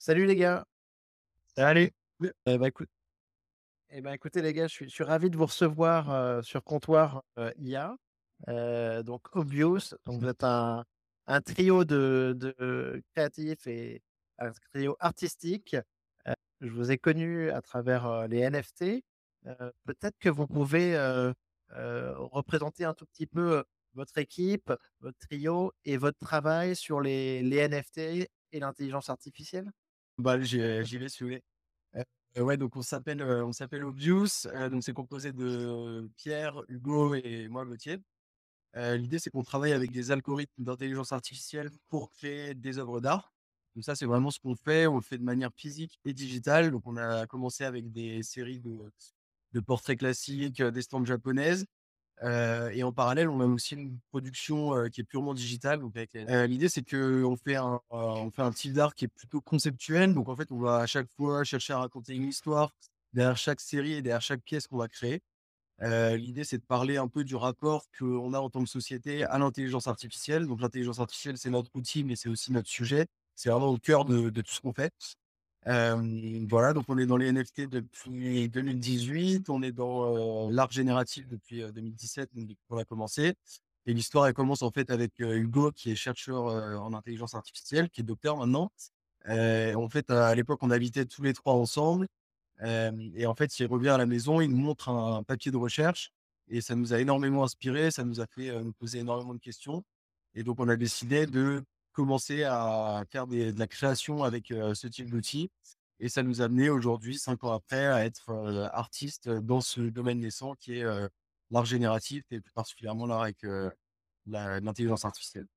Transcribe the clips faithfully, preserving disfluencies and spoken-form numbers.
Salut les gars. Allez, Eh bah, écoute eh ben, écoutez les gars, je suis je suis ravi de vous recevoir, heu, sur Comptoir, heu, I A. Heu, donc Obvious, donc vous êtes un un trio de de créatifs et un trio artistique. Heu, je vous ai connu à travers, heu, les N F T. Heu, peut-être que vous pouvez, heu heu, représenter un tout petit peu, heu, votre équipe, votre trio et votre travail sur les les N F T et l'intelligence artificielle? bah, j'y vais j'y vais si vous voulez. Heu, ouais, donc on s'appelle, heu, on s'appelle Obvious, heu, donc c'est composé de Pierre, Hugo et moi, Gauthier. Heu, l'idée, c'est qu'on travaille avec des algorithmes d'intelligence artificielle pour créer des œuvres d'art. Donc ça, c'est vraiment ce qu'on fait. On le fait de manière physique et digitale. Donc on a commencé avec des séries de de portraits classiques, heu, d'estampes japonaises. Heu et en parallèle, on a aussi une production, heu, qui est purement digitale, donc avec les heu, l'idée, c'est qu'on fait un, heu, on fait un type d'art qui est plutôt conceptuel. Donc en fait, on va à chaque fois chercher à raconter une histoire derrière chaque série et derrière chaque pièce qu'on va créer. Heu, l'idée, c'est de parler un peu du rapport qu'on a en tant que société à l'intelligence artificielle. Donc l'intelligence artificielle, c'est notre outil, mais c'est aussi notre sujet. C'est vraiment au cœur de de tout ce qu'on fait. Hem, voilà, donc on est dans les N F T depuis deux mille dix-huit, on est dans, heu, l'art génératif depuis, heu, deux mille dix-sept, donc depuis qu'on a commencé. Et l'histoire, elle commence en fait avec, heu, Hugo qui est chercheur, heu, en intelligence artificielle, qui est docteur maintenant. Heu, en fait, à l'époque, on habitait tous les trois ensemble, hem et en fait, il revient à la maison, il nous montre un papier de recherche et ça nous a énormément inspiré, ça nous a fait, heu, nous poser énormément de questions et donc on a décidé de commencer à faire des de la création avec, heu, ce type d'outils et ça nous a amené aujourd'hui, cinq ans après, à être, heu, artiste dans ce domaine naissant qui est, heu, l'art génératif et plus particulièrement l'art avec, heu, la l'intelligence artificielle.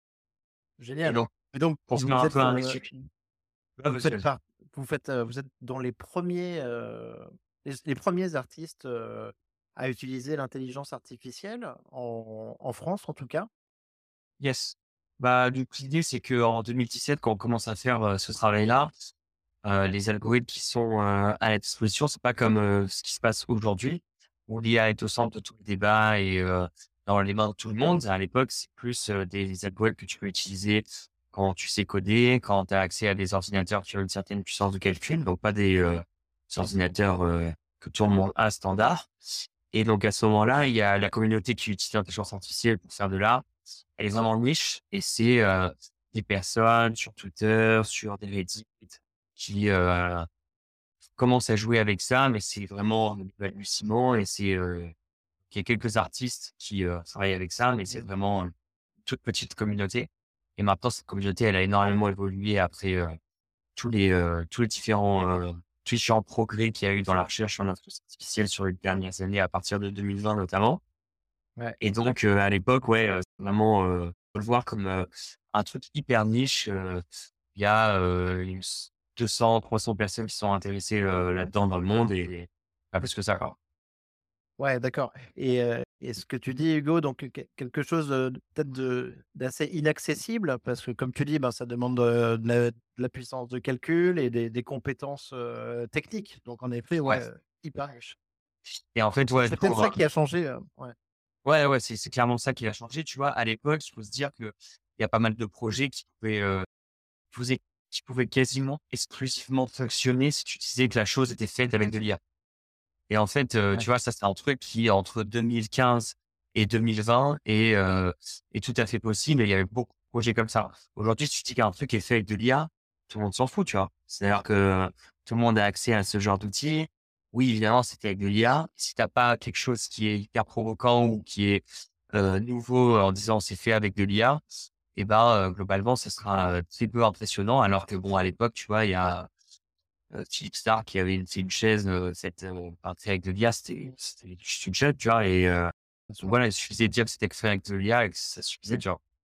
Et Génial. donc, Et donc pour faire vous un peu êtes, un heu, récap, ouais, vous vas-y, faites vas-y. part vous faites, heu, vous êtes dans les premiers ers les les premiers artistes, heu, à utiliser l'intelligence artificielle en en France, en tout cas? Yes. Bah, du coup, l'idée, c'est qu'en deux mille dix-sept, quand on commence à faire, heu, ce travail-là, heu, les algorithmes qui sont, heu, à la disposition, c'est pas comme, heu, ce qui se passe aujourd'hui, où l'I A est au centre de tout le débat et heu, dans les mains de tout le monde. À l'époque, c'est plus, heu, des algorithmes que tu peux utiliser quand tu sais coder, quand tu as accès à des ordinateurs qui ont une certaine puissance de calcul, donc pas des, heu, des ordinateurs, heu, que tout le monde a standard. Et donc à ce moment-là, il y a la communauté qui utilise l'intelligence artificielle pour faire de l'art. Elle est vraiment niche et c'est, heu, des personnes sur Twitter, sur des Reddit qui, heu, commencent à jouer avec ça, mais c'est vraiment balbutiement et c'est, heu, il y a quelques artistes qui, heu, travaillent avec ça, mais c'est vraiment une toute petite communauté et maintenant cette communauté, elle a énormément évolué après, heu, tous les, heu, tous les différents, heu, tous les différents progrès qu'il y a eu dans la recherche sur l'intelligence artificielle sur les dernières années à partir de deux mille vingt notamment. Ouais. Et donc, heu, à l'époque, ouais, heu, c'est vraiment, heu, faut le voir comme, heu, un truc hyper niche, heu, il y a, heu, une s deux cents trois cents personnes qui sont intéressées, heu, là-dedans dans le monde et pas plus que ça, quoi. Ouais, d'accord. Et heu et ce que tu dis, Hugo, donc qu quelque chose, heu, de peut-être de d'assez inaccessible parce que comme tu dis, ben, ça demande, heu, de la de la puissance de calcul et des des compétences, heu, techniques. Donc en effet, Ouais. ouais, heu, hyper riche. Et en fait, C'est ouais, c'est du coup, peut-être ça qui a changé, heu, ouais. ouais, ouais, c'est c'est clairement ça qui a changé, tu vois? À l'époque, il faut se dire qu'il y a pas mal de projets qui pouvaient, heu, qui faisaient qui pouvaient quasiment exclusivement fonctionner si tu disais que la chose était faite avec de l'I A. Et en fait, heu, Ouais. tu vois, ça, c'est un truc qui, entre deux mille quinze et deux mille vingt est, heu, est tout à fait possible et il y avait beaucoup de projets comme ça. Aujourd'hui, si tu dis qu'un truc est fait avec de l'I A, tout le monde s'en fout, tu vois? C'est-à-dire que tout le monde a accès à ce genre d'outils. Oui, évidemment, c'était avec de l'I A. Si tu as pas quelque chose qui est hyper provoquant ou qui est, heu, nouveau en disant: «C'est fait avec de l'I A», et ben, heu, globalement, ça sera, heu, très peu impressionnant alors que bon, à l'époque, tu vois, il y a Heu, Philippe Stark qui avait une c'est une chaise, heu, cette, heu, enfin, tu sais, avec de l'I A, c'était c'était juste une chaise, tu vois? Et heu, Bien donc sûr. voilà, il suffisait de dire que c'était fait avec de l'I A et que ça suffisait, tu vois?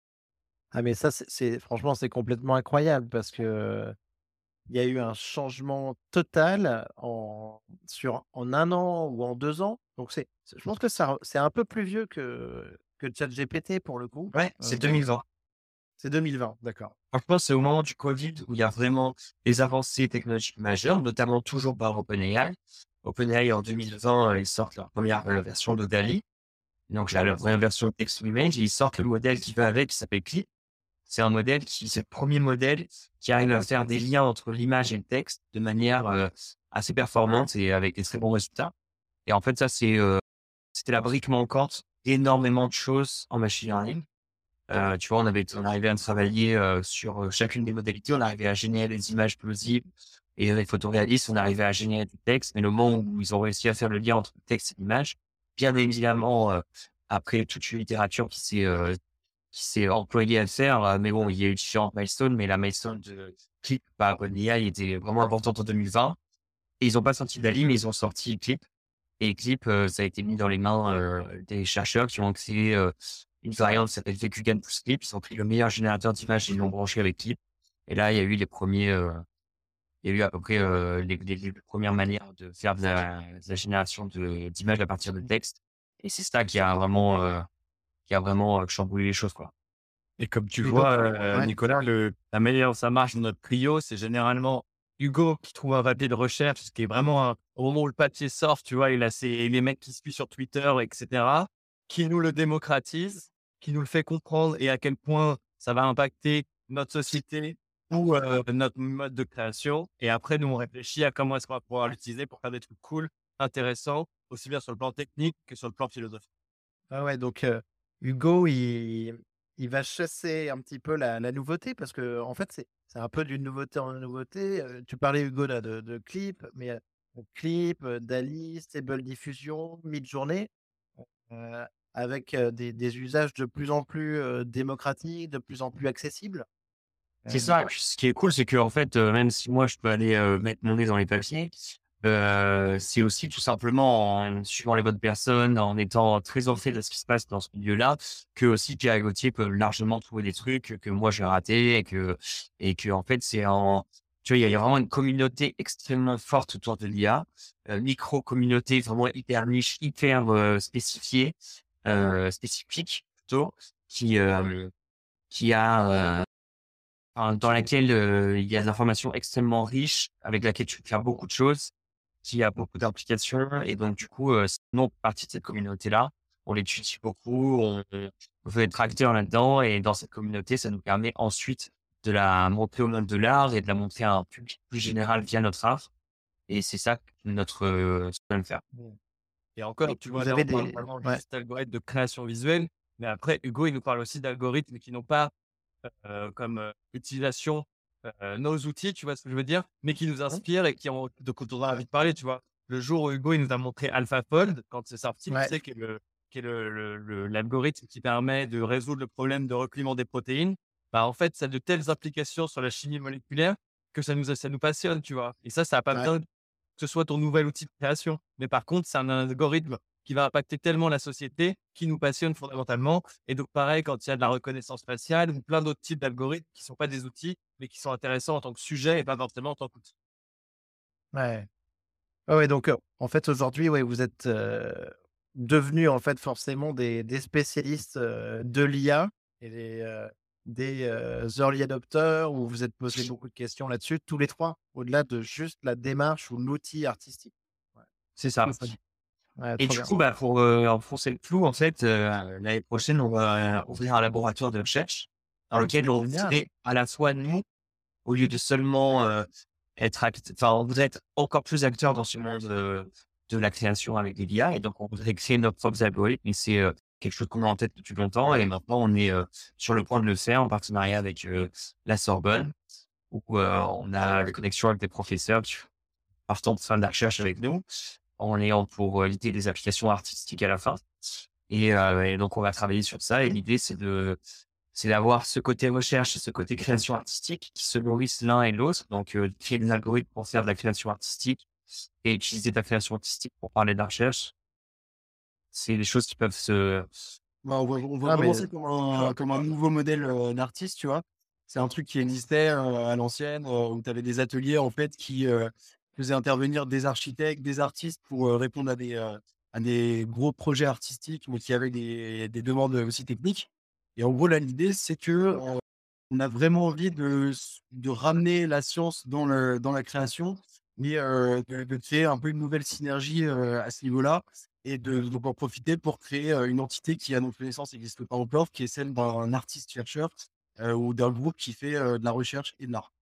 Ah mais ça, c'est c'est franchement, c'est complètement incroyable parce que il y a eu un changement total en sur en un an ou en deux ans. Donc c'est c'est je pense que ça c'est un peu plus vieux que que ChatGPT pour le coup. Ouais, c'est Hem, deux mille vingt. c'est deux mille vingt, d'accord. Franchement, c'est au moment du Covid où il y a vraiment des avancées technologiques majeures, notamment toujours par OpenAI. OpenAI, en deux mille vingt, heu, ils sortent leur première re version de DALL-E. Donc, la leur première version de text to image et ils sortent le modèle qui va avec, qui s'appelle Clip. c'est un modèle qui c'est le premier modèle qui arrive à faire des liens entre l'image et le texte de manière, heu, assez performante et avec des très bons résultats. Et en fait, ça, c'est, heu, c'était la brique manquante d'énormément de choses en machine learning. Heu, tu vois, on avait on arrivait à travailler, heu, sur, heu, chacune des modalités. On arrivait à générer des images plausibles et des photos réalistes. On arrivait à générer du texte, mais le moment où ils ont réussi à faire le lien entre le texte et l'image, bien évidemment, heu, après toute une littérature qui s'est, heu, qui s'est employée à le faire, heu, mais bon, il y a eu différentes milestones, mais la milestone de Clip par OpenAI était vraiment importante en deux mille vingt et ils ont pas sorti d'A L I, mais ils ont sorti Clip et Clip, heu, ça a été mis dans les mains, heu, des chercheurs qui ont créé, heu, une variante qui s'appelle Vecugan plus Clip. Ils ont pris le meilleur générateur d'images et ils l'ont branché avec Clip. Et là, il y a eu les premiers, heu, il y a eu à peu près, heu, les les les premières manières de faire de la de la génération de d'images à partir de texte. Et c'est ça qui a vraiment, heu, qui a vraiment, heu, chamboulé les choses, quoi. Et comme tu Mais donc, vois, heu, ouais, Nicolas, le la manière dont ça marche dans notre trio, c'est généralement Hugo qui trouve un papier de recherche, ce qui est vraiment un au moment où le papier sort, tu vois, il a ses les mecs qui suivent sur Twitter et cetera, qui nous le démocratise, qui nous le fait comprendre et à quel point ça va impacter notre société ou heu, notre mode de création. Et après, nous, on réfléchit à comment est-ce qu'on va pouvoir l'utiliser pour faire des trucs cool, intéressants, aussi bien sur le plan technique que sur le plan philosophique. ouais, ouais, donc heu, Hugo, il il va chasser un petit peu la la nouveauté parce que en fait, c'est c'est un peu d'une nouveauté en nouveauté, heu, tu parlais Hugo là de de Clip, mais heu, donc Clip, heu, DALL-E, Stable Diffusion, Midjourney, heu, avec, heu, des des usages de plus en plus, heu, démocratiques, de plus en plus accessibles. C'est Hem, ça, et puis ce qui est cool, c'est qu'en fait, heu, même si moi je peux aller, heu, mettre mon nez dans les papiers, heu, c'est aussi tout simplement en suivant les bonnes personnes, en étant très au fait de ce qui se passe dans ce milieu-là, que aussi Pierre et Gauthier peuvent largement trouver des trucs que moi j'ai ratés et que et que en fait c'est en tu vois, il y a il y a vraiment une communauté extrêmement forte autour de l'I A, heu, micro-communauté vraiment hyper niche, hyper, heu, spécifiée, heu, spécifique plutôt, qui, hem, qui a, heu Enfin, dans laquelle, heu, il y a des informations extrêmement riches, avec laquelle tu peux faire beaucoup de choses, qui a beaucoup d'implications et donc du coup, heu, sinon partie de cette communauté-là. On l'étudie beaucoup, on on on veut être acteur là-dedans et dans cette communauté, ça nous permet ensuite de la montrer au monde de l'art et de la montrer à un public plus général via notre art et c'est ça notre, heu, ce qu'on aime faire. mmh, Et encore, et tu vois, vous là, avez on parle des vraiment ouais, juste d'algorithmes de création visuelle, mais après, Hugo, il nous parle aussi d'algorithmes qui n'ont pas, heu, comme, heu, utilisation, heu, nos outils, tu vois ce que je veux dire? Mais qui nous mmh, inspirent et qui ont de dont on a envie de parler, tu vois? Le jour où Hugo, il nous a montré AlphaFold, quand c'est sorti, tu ouais, sais, qui est le qui est le le le l'algorithme qui permet de résoudre le problème de repliement des protéines. Bah, en fait, ça a de telles implications sur la chimie moléculaire que ça nous ça nous passionne, tu vois? Et ça, ça a pas ouais. besoin que ce soit ton nouvel outil de création. Mais par contre, c'est un algorithme qui va impacter tellement la société, qui nous passionne fondamentalement. Et donc, pareil, quand il y a de la reconnaissance faciale ou plein d'autres types d'algorithmes qui ne sont pas des outils, mais qui sont intéressants en tant que sujet et pas forcément en tant qu'outil. Ouais. Ouais, ouais, donc, heu, en fait, aujourd'hui, ouais, vous êtes, heu, devenus, en fait, forcément des des spécialistes, heu, de l'I A et des, heu, des, heu, early adopters où vous vous êtes posé beaucoup de questions là-dessus, tous les trois, au-delà de juste la démarche ou l'outil artistique. Ouais, C'est ça. c'est ça. Ouais, Et trop du bien. coup, bah, pour, heu, enfoncer le clou, en fait, heu, l'année prochaine, on va ouvrir un laboratoire de recherche dans lequel on Génial. voudrait à la fois nous, au lieu de seulement, heu, être act enfin, on voudrait être encore plus acteur dans ce monde, heu, de la création avec des I A et donc on voudrait créer nos propres algorithmes et c'est, heu, quelque chose qu'on a en tête depuis longtemps et maintenant on est, heu, sur le point de le faire en partenariat avec, heu, la Sorbonne où, heu, on a des connexions avec des professeurs qui partant pour faire de la recherche avec nous, en ayant pour, heu, l'idée des applications artistiques à la fin et heu et donc on va travailler sur ça et l'idée c'est de c'est d'avoir ce côté recherche et ce côté création artistique qui se nourrissent l'un et l'autre. Donc, heu, créer des algorithmes pour faire de la création artistique et utiliser de la création artistique pour parler de la recherche. C'est des choses qui peuvent se Bah, on voit on voit Ah vraiment mais ça comme un comme un nouveau modèle, heu, d'artiste, tu vois? C'est un truc qui existait, heu, à l'ancienne, heu, où tu avais des ateliers, en fait, qui, heu, faisaient intervenir des architectes, des artistes pour, heu, répondre à des, heu, à des gros projets artistiques, mais qui avaient des des demandes, aussi techniques. Et en gros, là, l'idée, c'est que, heu, on a vraiment envie de s de ramener la science dans le dans la création, mais, heu, de de créer un peu une nouvelle synergie, heu, à ce niveau-là et de donc en profiter pour créer, heu, une entité qui, à notre connaissance, n'existe pas encore, qui est celle d'un artiste-chercheur euh, ou d'un groupe qui fait euh, de la recherche et de l'art.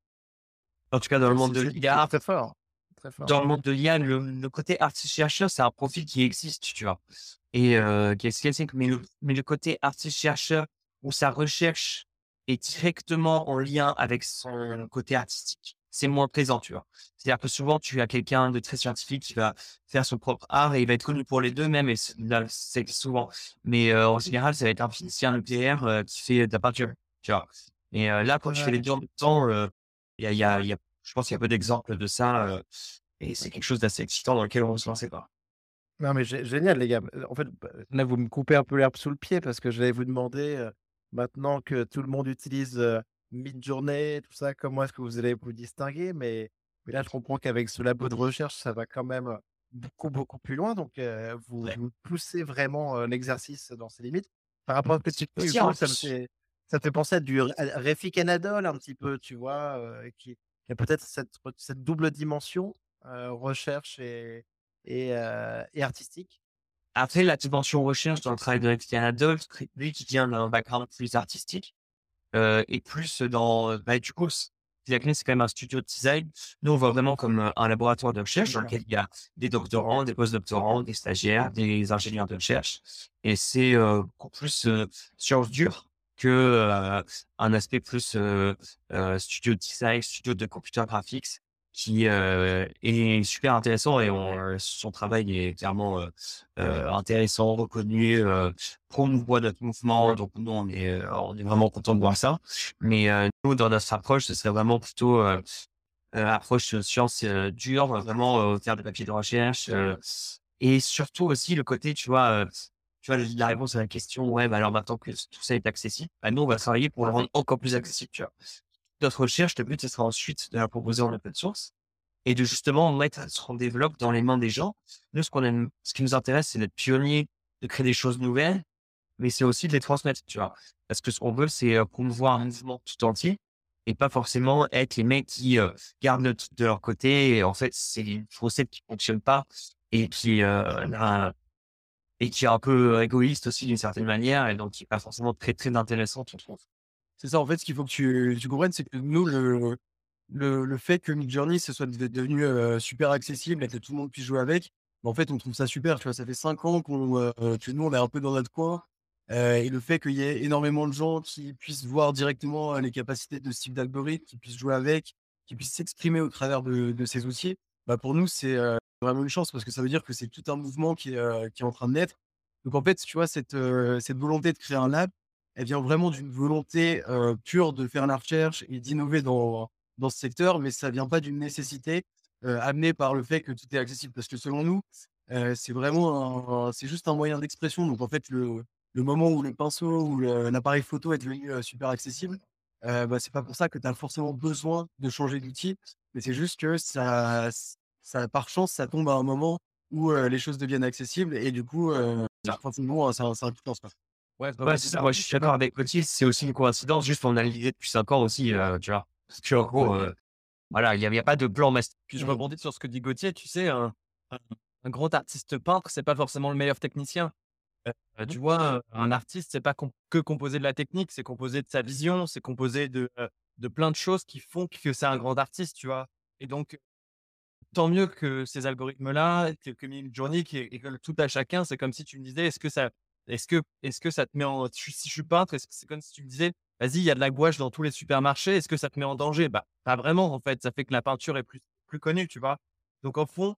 En tout cas, dans le monde de C'est l'I A, très fort, très fort. dans le monde de l'I A, le, le côté artiste-chercheur, c'est un profil qui existe, tu vois. Et euh, qui est classique, mais le, mais le côté artiste-chercheur, où sa recherche est directement en lien avec son côté artistique, c'est moins présent, tu vois. C'est-à-dire que souvent, tu as quelqu'un de très scientifique qui va faire son propre art et il va être connu pour les deux mêmes, et c'est là, c'est souvent. Mais euh, en général, ça va être un physicien nucléaire euh, qui fait de la peinture, tu vois. Et euh, là, quand tu fais les Ouais. deux en même temps, euh, il y a, il y a, il y a, je pense qu'il y a peu d'exemples de ça. euh, et c'est quelque chose d'assez excitant dans lequel on veut se lancer, quoi. Non, mais gé génial les gars. Heu, en fait, bah, là, vous me coupez un peu l'herbe sous le pied parce que j'allais vous demander, heu, maintenant que tout le monde utilise, heu, Midjourney, tout ça, comment est-ce que vous allez vous distinguer? Mais mais là, je comprends qu'avec ce labo de recherche, ça va quand même, beaucoup, beaucoup plus loin. Donc, heu, vous Ouais. vous poussez vraiment, heu, l'exercice dans ses limites. Par rapport à ce que tu dis, Aussi, Hugo, en ça me plus, fait ça me fait penser à du R à Réfi Canadol un petit peu, tu vois? Heu, qui qui a peut-être cette cette double dimension, heu, recherche et et heu et artistique. après, la dimension recherche dans le travail de Alexia Adolphe, lui qui vient d'un background plus artistique, euh, et plus dans, bah, du coup, Clean, c'est quand même un studio de design. Nous, on voit vraiment comme euh, un laboratoire de recherche dans lequel il y a des doctorants, des post-doctorants, des stagiaires, des ingénieurs de recherche. Et c'est euh, beaucoup plus euh, science dure que euh, un aspect plus euh, euh, studio de design, studio de computer graphics qui euh, est super intéressant et on, son travail est clairement euh, euh, intéressant, reconnu, euh, promouvoit notre mouvement. Donc nous, on est, euh, on est vraiment content de voir ça. Mais euh, nous, dans notre approche, ce serait vraiment plutôt euh, euh, approche euh, science euh, dure, vraiment euh, faire des papiers de recherche euh, et surtout aussi le côté, tu vois, euh, tu vois, la réponse à la question, ouais, bah alors maintenant que tout ça est accessible, bah, nous, on va travailler pour le rendre encore plus accessible, tu vois. Notre recherche, le but, ce sera ensuite de la proposer en open source et de justement mettre ce qu'on développe dans les mains des gens. Nous, ce qu'on aime, ce qui nous intéresse, c'est d'être pionnier, de créer des choses nouvelles, mais c'est aussi de les transmettre, tu vois. Parce que ce qu'on veut, c'est euh, promouvoir un mouvement tout entier et pas forcément être les mecs qui euh, gardent le truc de leur côté. Et en fait, c'est une recette qui fonctionne pas et qui, euh, n'a- et qui est un peu égoïste aussi d'une certaine manière et donc qui est pas forcément très, très intéressante, je trouve. C'est ça, en fait, ce qu'il faut que tu, tu comprennes, c'est que nous, le, le, le fait que Midjourney, ce soit de- devenu euh, super accessible et que tout le monde puisse jouer avec, bah, en fait, on trouve ça super. Tu vois, ça fait cinq ans qu'on, euh, que nous, on est un peu dans notre coin. Euh, et le fait qu'il y ait énormément de gens qui puissent voir directement euh, les capacités de ce type d'algorithme, qui puissent jouer avec, qui puissent s'exprimer au travers de, de ces outils, bah, pour nous, c'est euh, vraiment une chance parce que ça veut dire que c'est tout un mouvement qui est, euh, qui est en train de naître. Donc, en fait, tu vois, cette, euh, cette volonté de créer un lab, elle vient vraiment d'une volonté euh, pure de faire la recherche et d'innover dans, dans ce secteur, mais ça vient pas d'une nécessité euh, amenée par le fait que tout est accessible. Parce que selon nous, euh, c'est vraiment un- c'est juste un moyen d'expression. Donc en fait, le, le moment où le pinceau ou le- l'appareil photo est devenu euh, super accessible, euh, bah, c'est pas pour ça que tu as forcément besoin de changer d'outil, mais c'est juste que ça, ça, par chance, ça tombe à un moment où euh, les choses deviennent accessibles et du coup, euh, forcément, c'est un, c'est un coup de chance, quoi. Ouais, Ouais, c'est ça. Moi, je suis d'accord avec Gauthier. C'est aussi une coïncidence. Juste, on a l'idée depuis cinq ans aussi, euh, tu vois. Parce que, en gros, euh, voilà, il n'y a, il y a pas de plan master. Puis je rebondis sur ce que dit Gauthier, tu sais, un, un, un grand artiste peintre, c'est pas forcément le meilleur technicien. Heu, tu vois, heu, un artiste, c'est pas com que composé de la technique, c'est composé de sa vision, c'est composé de, heu, de plein de choses qui font que c'est un grand artiste, tu vois? Et donc, tant mieux que ces algorithmes-là, que que Midjourney qui école tout à chacun. C'est comme si tu me disais: «Est-ce que ça est-ce que est-ce que ça te met en» je suis si je suis peintre, est-ce que c'est comme si tu me disais: «Vas-y, il y a de la gouache dans tous les supermarchés, est-ce que ça te met en danger?» Bah, pas vraiment, en fait, ça fait que la peinture est plus plus connue, tu vois? Donc au fond,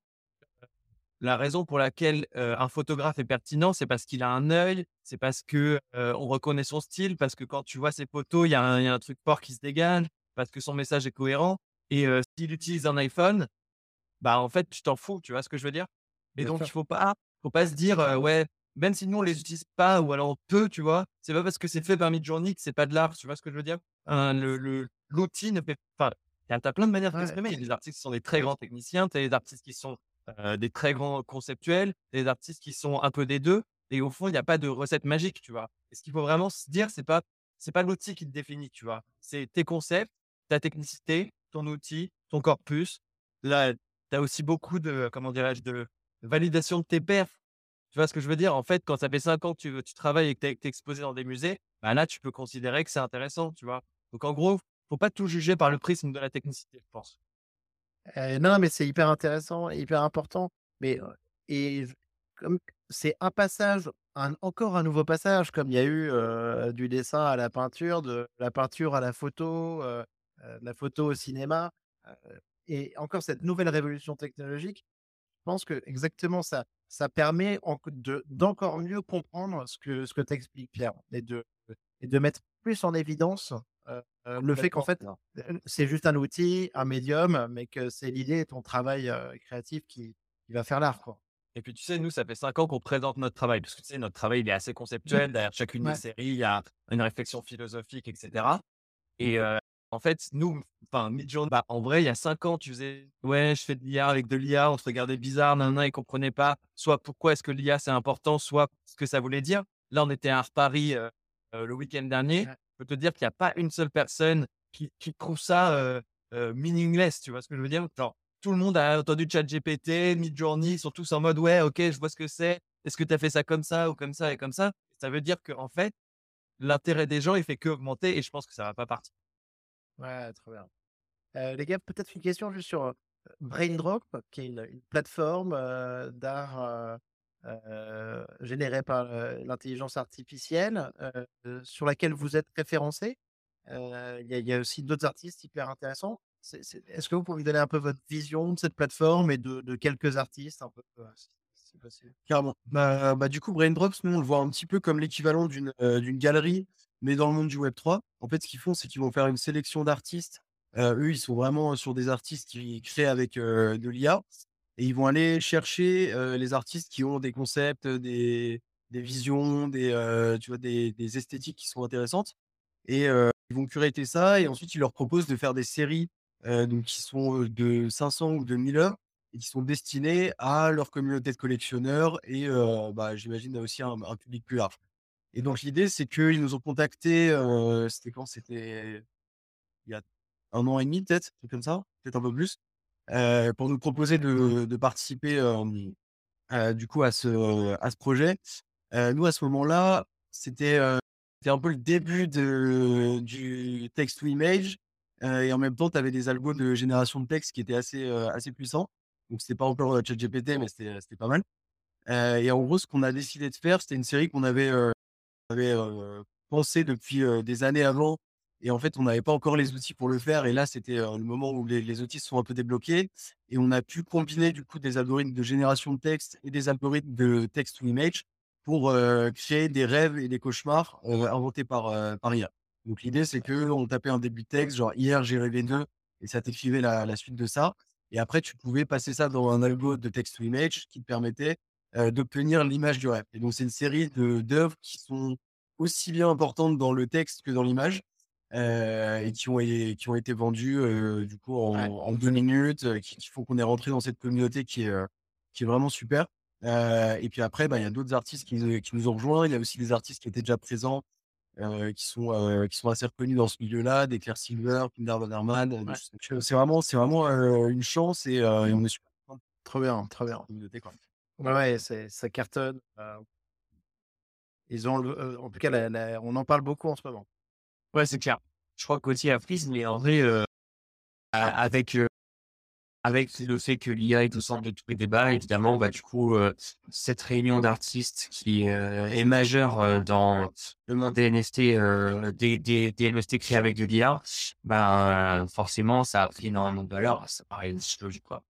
la raison pour laquelle, heu, un photographe est pertinent, c'est parce qu'il a un œil, c'est parce que, heu, on reconnaît son style, parce que quand tu vois ses photos, il y a un il y a un truc fort qui se dégage, parce que son message est cohérent et heu, s'il utilise un iPhone, bah, en fait, tu t'en fous, tu vois ce que je veux dire? Et Bien donc sûr. il faut pas faut pas se dire, heu: «Ouais», même si nous on les utilise pas ou alors peu, tu vois? C'est pas parce que c'est fait par Midjourney que c'est pas de l'art, tu vois ce que je veux dire? Hein, le le l'outil ne fait enfin, tu as plein de manières de Ouais. t'exprimer. Il y a des artistes qui sont des très grands techniciens, tu as des artistes qui sont, heu, des très grands conceptuels, des artistes qui sont un peu des deux. Et au fond, il y a pas de recette magique, tu vois? Et ce qu'il faut vraiment se dire, c'est pas c'est pas l'outil qui te définit, tu vois? C'est tes concepts, ta technicité, ton outil, ton corpus. Là, tu as aussi beaucoup de, comment dirais-je, de validation de tes perfs. Tu vois ce que je veux dire? En fait, quand ça fait cinq ans que tu tu travailles et que tu es exposé dans des musées, bah là, tu peux considérer que c'est intéressant, tu vois. Donc en gros, faut pas tout juger par le prisme de la technicité, je pense. Heu, non, mais c'est hyper intéressant et hyper important. Mais, heu et v comme c'est un passage, un encore un nouveau passage, comme il y a eu, heu, du dessin à la peinture, de la peinture à la photo, heu heu, de la photo au cinéma, heu et encore cette nouvelle révolution technologique, je pense que exactement ça ça permet enc de d'encore mieux comprendre ce que ce que t'expliques Pierre et de et de mettre plus en évidence, heu heu, le fait qu'en Complètement. fait, heu, c'est juste un outil, un médium, mais que c'est l'idée et ton travail, heu, créatif qui qui va faire l'art, quoi. Et puis, tu sais, nous, ça fait cinq ans qu'on présente notre travail parce que, tu sais, notre travail, il est assez conceptuel. Derrière chacune des Ouais. séries, il y a une réflexion philosophique, et cetera. Et heu, en fait, nous, enfin, Midjourney, bah, en vrai, il y a cinq ans, tu faisais: «Ouais, je fais de l'I A avec de l'I A», on te regardait bizarre, nin nin, ils comprenaient pas, soit pourquoi est-ce que l'I A, c'est important, soit ce que ça voulait dire. Là, on était à Art Paris, heu heu, le week-end dernier. Ouais. Je peux te dire qu'il y a pas une seule personne qui qui trouve ça, heu heu, meaningless, tu vois ce que je veux dire? Genre, tout le monde a entendu ChatGPT, Midjourney, ils sont tous en mode: «Ouais, OK, je vois ce que c'est. Est-ce que tu as fait ça comme ça ou comme ça et comme ça?» Ça veut dire qu'en fait, l'intérêt des gens, il fait qu'augmenter et je pense que ça va pas partir. Ouais, très bien. Heu, les gars, peut-être une question juste sur, heu, Braindrop, qui est une une plateforme, heu, d'art, heu heu, générée par, heu, l'intelligence artificielle, heu, sur laquelle vous êtes référencés. Heu, il y a il y a aussi d'autres artistes hyper intéressants. C'est c'est est-ce que vous pouvez me donner un peu votre vision de cette plateforme et de de quelques artistes un peu, heu, si si possible? Carrément. Bah bah, du coup, Braindrops, nous, on le voit un petit peu comme l'équivalent d'une, heu, d'une galerie, mais dans le monde du web trois. En fait, ce qu'ils font, c'est qu'ils vont faire une sélection d'artistes. Heu, eux, ils sont vraiment sur des artistes qui créent avec, heu, de l'I A et ils vont aller chercher, heu, les artistes qui ont des concepts, heu, des des visions, des, heu, tu vois, des des esthétiques qui sont intéressantes et heu, ils vont curater ça et ensuite ils leur proposent de faire des séries, heu, donc qui sont, heu, de cinq cents ou de mille œuvres et qui sont destinés à leur communauté de collectionneurs et heu, bah, j'imagine aussi un un public plus large. Et donc l'idée, c'est qu'ils nous ont contactés, heu, c'était quand? C'était il y a un an et demi peut-être, un truc comme ça, peut-être un peu plus, heu, pour nous proposer de de participer, hem, heu, du coup à ce à ce projet. Heu, nous à ce moment-là, c'était, heu, c'était un peu le début de du text to image, heu et en même temps, tu avais des algos de génération de texte qui étaient assez, heu, assez puissants. Donc c'était pas encore, heu, ChatGPT, mais c'était, c'était pas mal. Heu et en gros, ce qu'on a décidé de faire, c'était une série qu'on avait, heu, avait, heu, pensée depuis, heu, des années avant et en fait, on n'avait pas encore les outils pour le faire et là, c'était, heu, le moment où les les outils se sont un peu débloqués et on a pu combiner du coup des algorithmes de génération de texte et des algorithmes de text to image pour, heu, créer des rêves et des cauchemars, heu, inventés par, heu, par I A. Donc l'idée, c'est qu'on tapait un début de texte, genre: «Hier, j'ai rêvé de» et ça t'écrivait la la suite de ça et après tu pouvais passer ça dans un algo de text to image qui te permettait, heu, d'obtenir l'image du rêve et donc c'est une série de d'œuvres qui sont aussi bien importantes dans le texte que dans l'image, heu et qui ont é qui ont été vendues, heu, du coup en Ouais. en deux minutes, heu, qui qui font qu'on est rentré dans cette communauté qui est, heu, qui est vraiment super, heu et puis après, bah, il y a d'autres artistes qui nous qui nous ont rejoints. Il y a aussi des artistes qui étaient déjà présents, heu, qui sont, heu, qui sont assez reconnus dans ce milieu-là, des Claire Silver, Kinder Vanderman, heu, des Ouais. choses comme ça. C'est vraiment c'est vraiment, heu, une chance et heu et on est super content de Trop bien, trop cette bien. communauté, quoi. Ouais, ouais, c'est ça cartonne, heu, ils ont le heu, en tout cas la la on en parle beaucoup en ce moment. Ouais, c'est clair. Je crois qu'aussi à Freeze, mais en vrai, heu, a avec, heu, avec le fait que l'I A est au centre de tous les débats, évidemment, bah, du coup, heu, cette réunion d'artistes qui, heu, est majeure, heu, dans le monde des N F T, heu, des des des N F T créés avec de l'I A, ben, forcément, ça a pris énormément de valeur. Ça paraît logique, quoi.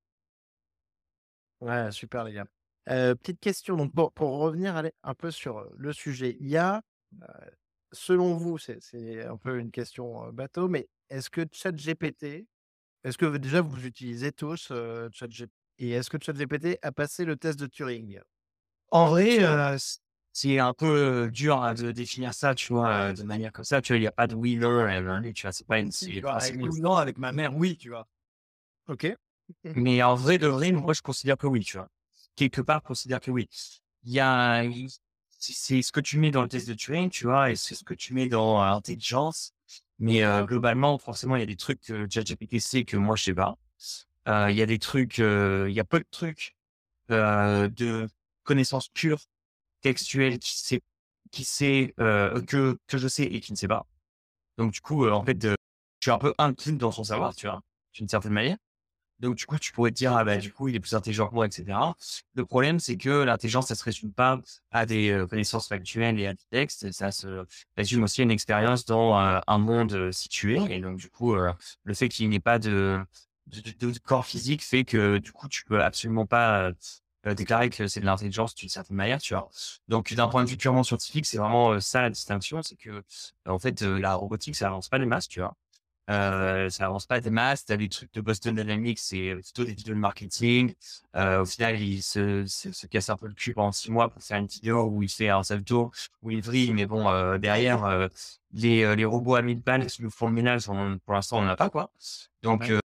Ouais, super les gars. Heu, petite question donc bon, pour revenir allez, un peu sur, heu, le sujet I A, heu, selon vous, c'est c'est un peu une question, heu, bateau, mais est-ce que ChatGPT est-ce que déjà vous utilisez tous, heu, ChatGPT et est-ce que ChatGPT a passé le test de Turing? En vrai, heu, c c'est un peu, heu, dur, hein, de définir ça, tu vois, heu, de manière comme ça, tu vois? Il y a pas de winner et learning, tu vois? C'est pas une Si, c'est tu vois, enfin, c'est avec cool. nous, non, avec ma mère, oui, tu vois? OK. Mais en vrai de vrai, moi, je considère que oui, tu vois? Quelque part, je considère que oui. Il y a il c'est c'est ce que tu mets dans le test de Turing, tu vois? Et c'est ce que tu mets dans euh, intelligence. Mais, heu, globalement, forcément, il y a des trucs que ChatGPT sait que moi, je sais pas. Heu, il y a des trucs, heu, il y a peu de trucs, heu, de connaissances pures textuelles, tu sais qui sait, euh, que, que je sais et qui ne sait pas. Donc, du coup, euh, en fait, euh, je suis un peu inclus dans son savoir, tu vois, d'une certaine manière. Donc, du coup, tu pourrais te dire, ah bah, du coup, il est plus intelligent que moi, et cetera. Le problème, c'est que l'intelligence, ça se résume pas à des euh, connaissances factuelles et à des textes. Ça se résume aussi à une expérience dans euh, un monde euh, situé. Et donc, du coup, euh, le fait qu'il n'y ait pas de, de, de- de corps physique fait que, du coup, tu peux absolument pas euh, euh, déclarer que c'est de l'intelligence d'une certaine manière, tu vois. Donc, d'un point de vue purement scientifique, c'est vraiment euh, ça la distinction. C'est que, en fait, euh, la robotique, ça avance pas des masses, tu vois. Euh, ça avance pas des masses. T'as des trucs de Boston Dynamics, c'est plutôt des vidéos de marketing. Euh, au final, il se, se, se casse un peu le cul pendant six mois pour faire une vidéo où il fait un salto, où il vrille. Mais bon, euh, derrière, euh, les, euh, les robots à mille balles qui nous font le ménage, on- pour l'instant, on n'en a pas, quoi. Donc, Ouais. euh,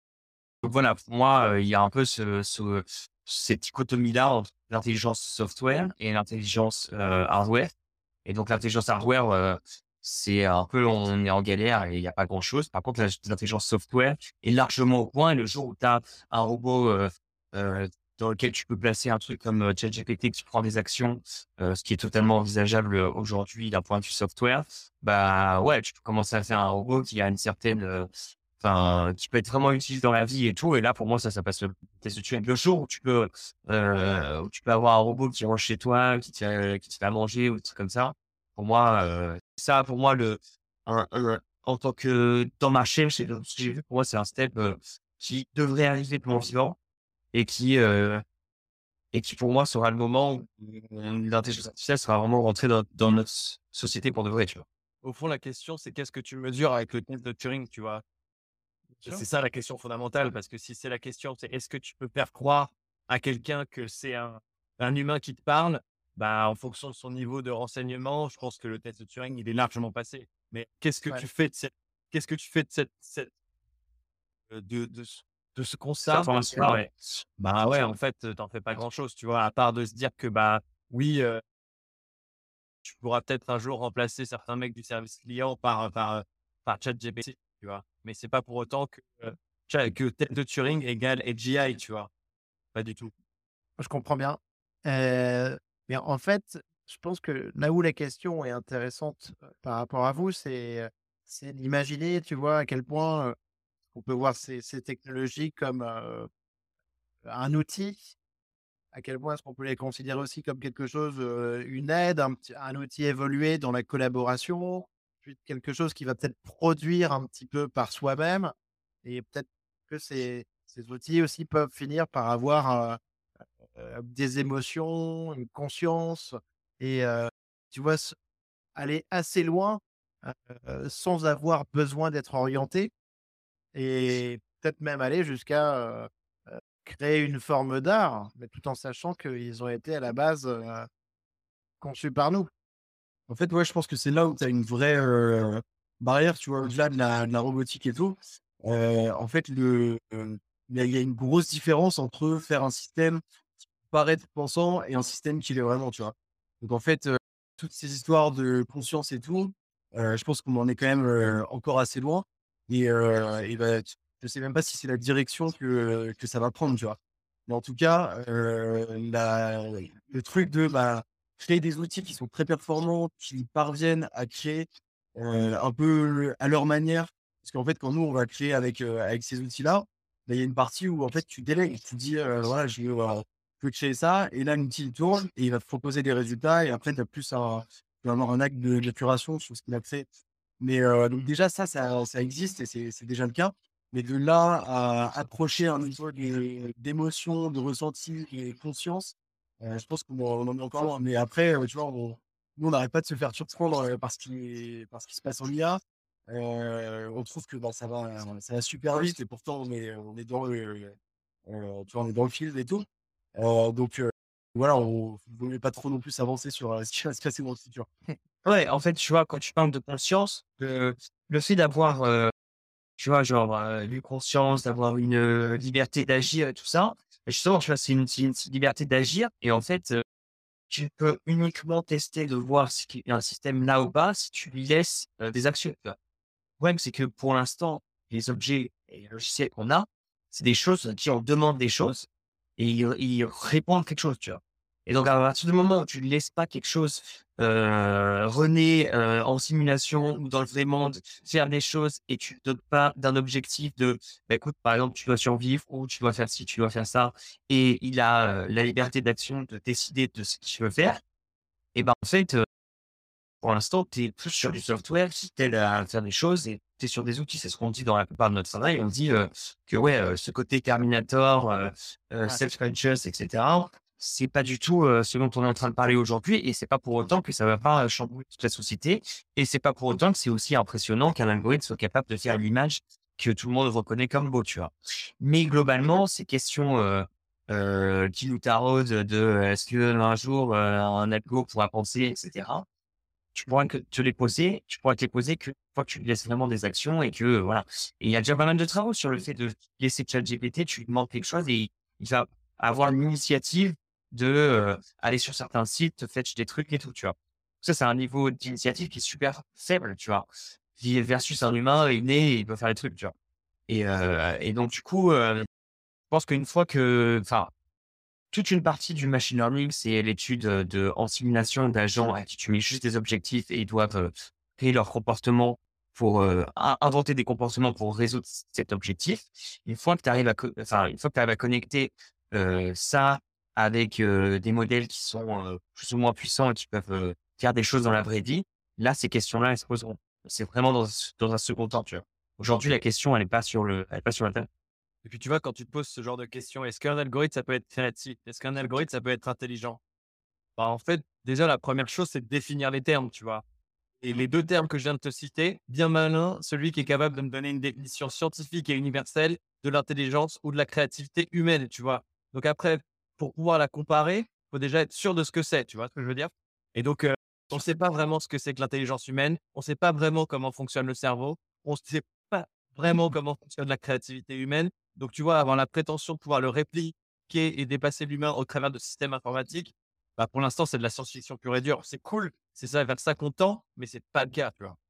donc voilà, pour moi, euh, il y a un peu ce, ce, cette dichotomie-là entre l'intelligence software et l'intelligence euh, hardware. Et donc, l'intelligence hardware, euh, c'est un peu, on est en galère et il n'y a pas grand-chose. Par contre, la- l'intelligence software est largement au point. Et le jour où tu as un robot euh, euh, dans lequel tu peux placer un truc comme euh, ChatGPT qui prend des actions, euh, ce qui est totalement envisageable euh, aujourd'hui d'un point de vue software, bah ouais, tu peux commencer à faire un robot qui a une certaine, euh, enfin, qui peut être vraiment utile dans la vie et tout. Et là, pour moi, ça, ça passe le test de Turing. Le jour où tu peux, euh, où tu peux avoir un robot qui rentre chez toi, qui te fait, qui te fait à manger ou des trucs comme ça. Pour moi, euh, ça, pour moi, le, un, un- en tant que dans ma chaîne, c'est ce que j'ai vu, pour moi, c'est un step euh, qui devrait arriver pour mon vivant et qui, euh, et qui, pour moi, sera le moment où l'intelligence artificielle sera vraiment rentrée dans, dans notre s- société pour de vrai, tu vois. Au fond, la question, c'est qu'est-ce que tu mesures avec le test de Turing, tu vois? Sûr. C'est ça la question fondamentale, parce que si c'est la question, c'est est-ce que tu peux faire croire à quelqu'un que c'est un, un humain qui te parle? Bah, en fonction de son niveau de renseignement, je pense que le test de Turing, il est largement passé. Mais qu'est-ce que Ouais. tu fais de cette, qu'est-ce que tu fais de cette, cette- euh, de, de, ce- de ce Cette constat? information-là, ouais. Bah ouais, en fait, euh, t'en fais pas grand-chose, tu vois, à part de se dire que bah oui, euh, tu pourras peut-être un jour remplacer certains mecs du service client par, par, par ChatGPT, tu vois. Mais c'est pas pour autant que, euh, Cha- que test de Turing égale A G I, tu vois. Pas du tout. Je comprends bien. Heu, mais en fait, je pense que là où la question est intéressante, heu, par rapport à vous, c'est, heu, c'est d'imaginer, tu vois, à quel point, heu, on peut voir ces ces technologies comme, heu, un outil, à quel point est-ce qu'on peut les considérer aussi comme quelque chose, heu, une aide, un petit un outil évolué dans la collaboration, puis quelque chose qui va peut-être produire un petit peu par soi-même et peut-être que ces ces outils aussi peuvent finir par avoir, heu, des émotions, une conscience et heu, tu vois, s aller assez loin, heu, sans avoir besoin d'être orienté et peut-être même aller jusqu'à, heu heu, créer une forme d'art, mais tout en sachant qu'ils ont été à la base, heu, conçus par nous. En fait, ouais, je pense que c'est là où tu as une vraie, heu, barrière, tu vois? Au-delà de la de la robotique et tout. Heu, en fait, le, hem, il y a il y a une grosse différence entre faire un système qui paraît être pensant et un système qui l'est vraiment, tu vois? Donc en fait, heu, toutes ces histoires de conscience et tout, heu, je pense qu'on en est quand même, heu, encore assez loin et heu et bah, t je sais même pas si c'est la direction que, que ça va prendre, tu vois? Mais en tout cas, heu, la le truc de, bah, créer des outils qui sont très performants, qui parviennent à créer, heu, un peu à leur manière. Parce qu'en fait, quand nous, on va créer avec, heu, avec ces outils-là, bah, il y a une partie où en fait tu délègues. Tu dis, heu: «Voilà, je veux, heu, je veux créer ça» et là l'outil il tourne et il va te proposer des résultats et après tu as plus un tu vas avoir un acte de de curation sur ce qu'il a créé. Mais, heu, donc déjà ça, ça ça existe et c'est c'est déjà le cas. Mais de là à approcher un niveau de d'émotion, de ressenti et conscience, heu, je pense qu'on en on en est encore loin. Mais après, heu, tu vois, on nous, on n'arrête pas de se faire surprendre, heu, par ce qui par ce qui se passe en I A. Heu, on trouve que, bah, ça va ça va super vite et pourtant on est on est dans le, heu, tu vois, on est dans le field et tout. Heu, donc, heu, voilà, on vaut mieux pas trop non plus s'avancer sur, heu, ce qui va se passer dans le futur. Ouais, en fait, tu vois, quand tu parles de conscience, le, le fait d'avoir, euh, tu vois, genre, euh, une conscience, d'avoir une euh, liberté d'agir et tout ça, justement, tu vois, c'est une, c'est une liberté d'agir. Et en fait, euh, tu peux uniquement tester de voir si un système là ou pas si tu lui laisses euh, des actions. Tu vois. Le problème, c'est que pour l'instant, les objets et les logiciels qu'on a, c'est des choses qui en demandent des choses et ils, ils répondent quelque chose, tu vois. Et donc, à partir du moment où tu ne laisses pas quelque chose euh, renaît euh, en simulation ou dans le vrai monde, faire des choses et tu ne te donnes pas d'un objectif de, bah, écoute, par exemple, tu dois survivre ou tu dois faire ci, tu dois faire ça, et il a euh, la liberté d'action de décider de ce qu'il veut faire, et ben en fait, euh, pour l'instant, tu es plus sur du software, si tu à faire des choses et tu es sur des outils. C'est ce qu'on dit dans la plupart de notre travail. On dit euh, que ouais, euh, ce côté Terminator, euh, euh, Ouais. self-conscious, et cetera, c'est pas du tout euh, ce dont on est en train de parler aujourd'hui, et c'est pas pour autant que ça va pas euh, chambouler toute la société, et c'est pas pour autant que c'est aussi impressionnant qu'un algorithme soit capable de faire l'image que tout le monde reconnaît comme beau, tu vois. Mais globalement, ces questions euh, euh, qui nous taraudent de euh, est-ce que un jour euh, un algo pourra penser, et cetera, tu pourras que te les poser, tu pourras te les poser qu'une fois que tu lui laisses vraiment des actions et que, euh, voilà. Et il y a déjà pas mal de travaux sur le fait de laisser ChatGPT, tu lui demandes quelque chose et il va avoir l'initiative de, heu, aller sur certains sites, te fetch des trucs et tout, tu vois? Ça, c'est un niveau d'initiative qui est super faible, tu vois? Vie versus un humain, il est né et il doit faire les trucs, tu vois? Et heu et donc du coup, heu, je pense qu'une fois que enfin, toute une partie du machine learning, c'est l'étude, heu, de en simulation d'agents à qui tu mets juste des objectifs et ils doivent, heu, créer leur comportement pour, heu, in inventer des comportements pour résoudre c cet objectif. Une fois que tu arrives à co enfin, une fois que tu arrives à connecter, heu, ça avec, heu, des modèles qui sont, heu, plus ou moins puissants et qui peuvent, heu, faire des choses dans la vraie vie, là, ces questions-là, elles se poseront. C'est vraiment dans un s dans un second temps, tu vois? Aujourd'hui, la question, elle est pas sur le elle est pas sur la table. Et puis, tu vois, quand tu te poses ce genre de questions, est-ce qu'un algorithme, ça peut être créatif? Est-ce qu'un algorithme, ça peut être intelligent? Bah, en fait, déjà, la première chose, c'est de définir les termes, tu vois? Et les deux termes que je viens de te citer, bien malin, celui qui est capable de me donner une définition scientifique et universelle de l'intelligence ou de la créativité humaine, tu vois? Donc après, pour pouvoir la comparer, faut déjà être sûr de ce que c'est, tu vois ce que je veux dire? Et donc, heu, on ne sait pas vraiment ce que c'est que l'intelligence humaine, on ne sait pas vraiment comment fonctionne le cerveau, on ne sait pas vraiment comment fonctionne la créativité humaine. Donc tu vois, avoir la prétention de pouvoir le répliquer et dépasser l'humain au travers de systèmes informatiques, bah, pour l'instant, c'est de la science-fiction pure et dure. C'est cool, c'est ça vers ça qu'on tend, mais c'est pas le cas, tu vois?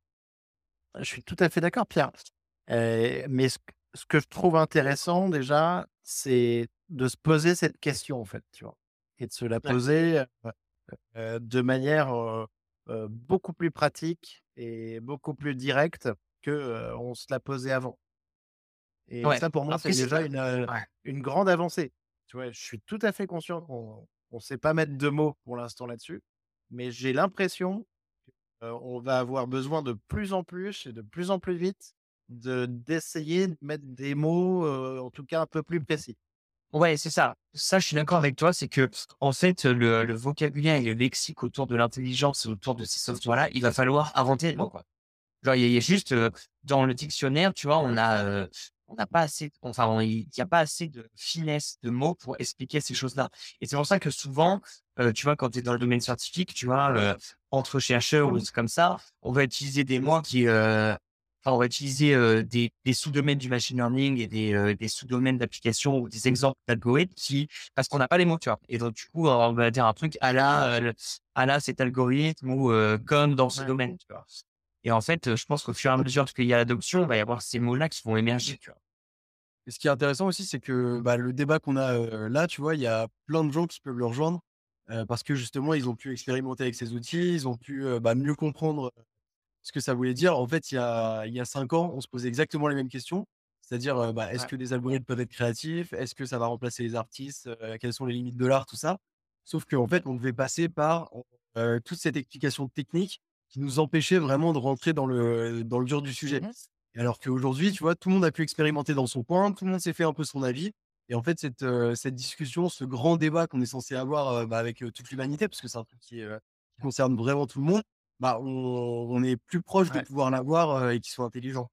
Je suis tout à fait d'accord, Pierre. Heu, mais ce q ce que je trouve intéressant déjà, c'est de se poser cette question, en fait, tu vois? Et de se la Ouais. poser, heu heu, de manière, heu heu, beaucoup plus pratique et beaucoup plus directe que, heu, on se la posait avant. Et Ouais, ça, pour moi, c'est après c'est déjà une, heu, ouais. une grande avancée. Tu vois? Je suis tout à fait conscient qu'on on sait pas mettre de mots pour l'instant là-dessus, mais j'ai l'impression, heu, on va avoir besoin de plus en plus et de plus en plus vite de d'essayer de mettre des mots, heu, en tout cas un peu plus précis. Ouais, c'est ça. Ça, je suis d'accord avec toi, c'est que en fait, le le vocabulaire et le lexique autour de l'intelligence et autour de ces softwares-là, il va falloir inventer des mots, quoi. Genre, il y a il y a juste, heu, dans le dictionnaire, tu vois, on a, heu, on n'a pas assez enfin, on il y a pas assez de finesse de mots pour expliquer ces choses-là, et c'est pour ça que souvent, heu, tu vois, quand tu es dans le domaine scientifique, tu vois, heu, entre chercheurs ou des trucs comme ça, on va utiliser des mots qui, heu, enfin, on va utiliser, heu, des des sous-domaines du machine learning et des, heu, des sous-domaines d'application ou des exemples d'algorithmes qui parce qu'on n'a pas les mots, tu vois? Et donc du coup, on va dire un truc à la, heu, à la cet algorithme ou, heu, comme dans ce Ouais. domaine, tu vois? Et en fait, heu, je pense qu'au fur et à mesure qu'il y a l'adoption, il va y avoir ces mots-là qui vont émerger, tu vois? Et ce qui est intéressant aussi, c'est que, bah, le débat qu'on a, heu, là, tu vois, il y a plein de gens qui peuvent le rejoindre, heu, parce que justement, ils ont pu expérimenter avec ces outils, ils ont pu, heu, bah, mieux comprendre ce que ça voulait dire. En fait, il y a il y a cinq ans, on se posait exactement les mêmes questions. C'est-à-dire, heu, bah, est-ce Ouais. que des algorithmes peuvent être créatifs? Est-ce que ça va remplacer les artistes? Heu, quelles sont les limites de l'art? Tout ça. Sauf qu'en fait, on devait passer par, heu, toute cette explication technique qui nous empêchait vraiment de rentrer dans le dans le dur du sujet. Mmh. Et alors qu'aujourd'hui, tu vois, tout le monde a pu expérimenter dans son coin, tout le monde s'est fait un peu son avis. Et en fait, cette, heu, cette discussion, ce grand débat qu'on est censé avoir, heu, bah, avec, heu, toute l'humanité, parce que c'est un truc qui est, heu, qui concerne vraiment tout le monde, bah, on on est plus proche de Ouais. pouvoir l'avoir, heu, et qu'ils soient intelligents.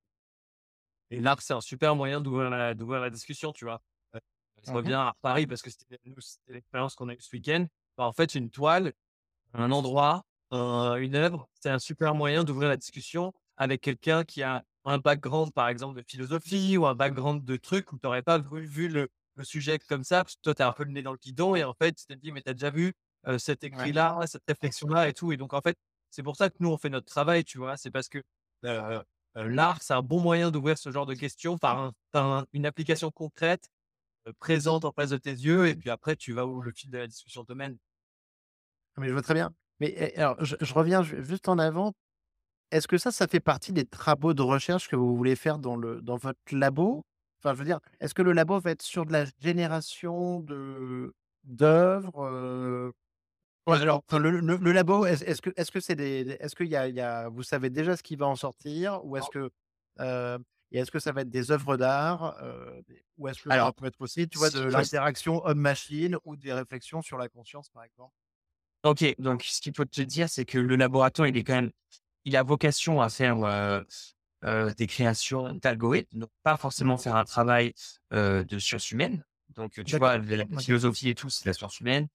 Et l'art, c'est un super moyen d'ouvrir la d'ouvrir la discussion, tu vois? Heu, je Mmh. reviens à Paris parce que c'était nous, c'était l'expérience qu'on a eue ce week-end. Bah, en fait, une toile, un endroit, heu, une œuvre, c'est un super moyen d'ouvrir la discussion avec quelqu'un qui a un background, par exemple, de philosophie ou un background de trucs où tu aurais pas vu vu le le sujet comme ça, parce que toi, tu es un peu le nez dans le guidon et en fait, tu te dis: «Mais tu as déjà vu, heu, cet Ouais. écrit-là, cette réflexion-là et tout», et donc en fait, c'est pour ça que nous, on fait notre travail, tu vois? C'est parce que, heu heu, l'art, c'est un bon moyen d'ouvrir ce genre de questions par un par un une application concrète, heu, présente en face de tes yeux et puis après tu vas où le fil de la discussion te mène. Mais je vois très bien. Mais et alors, je je reviens ju juste en avant. Est-ce que ça, ça fait partie des travaux de recherche que vous voulez faire dans le dans votre labo? Enfin, je veux dire, est-ce que le labo va être sur de la génération de d'œuvres, heu? Ouais, alors, Enfin, le le le labo, est-ce est-ce que est-ce que c'est des des est-ce qu'il y a il y a vous savez déjà ce qui va en sortir? Ou est-ce que, heu et est-ce que ça va être des œuvres d'art? Heu, des ou est-ce que ça alors, peut être aussi, tu vois, de si ouais, l'interaction homme-machine ou des réflexions sur la conscience, par exemple? OK, donc ce qu'il faut te dire, c'est que le laboratoire, il est quand même il a vocation à faire, heu heu, des créations d'algorithmes, donc pas forcément faire un travail, heu, de sciences humaines. Donc, heu, tu vois, D'accord, la la OK. philosophie et tout, c'est la science humaine.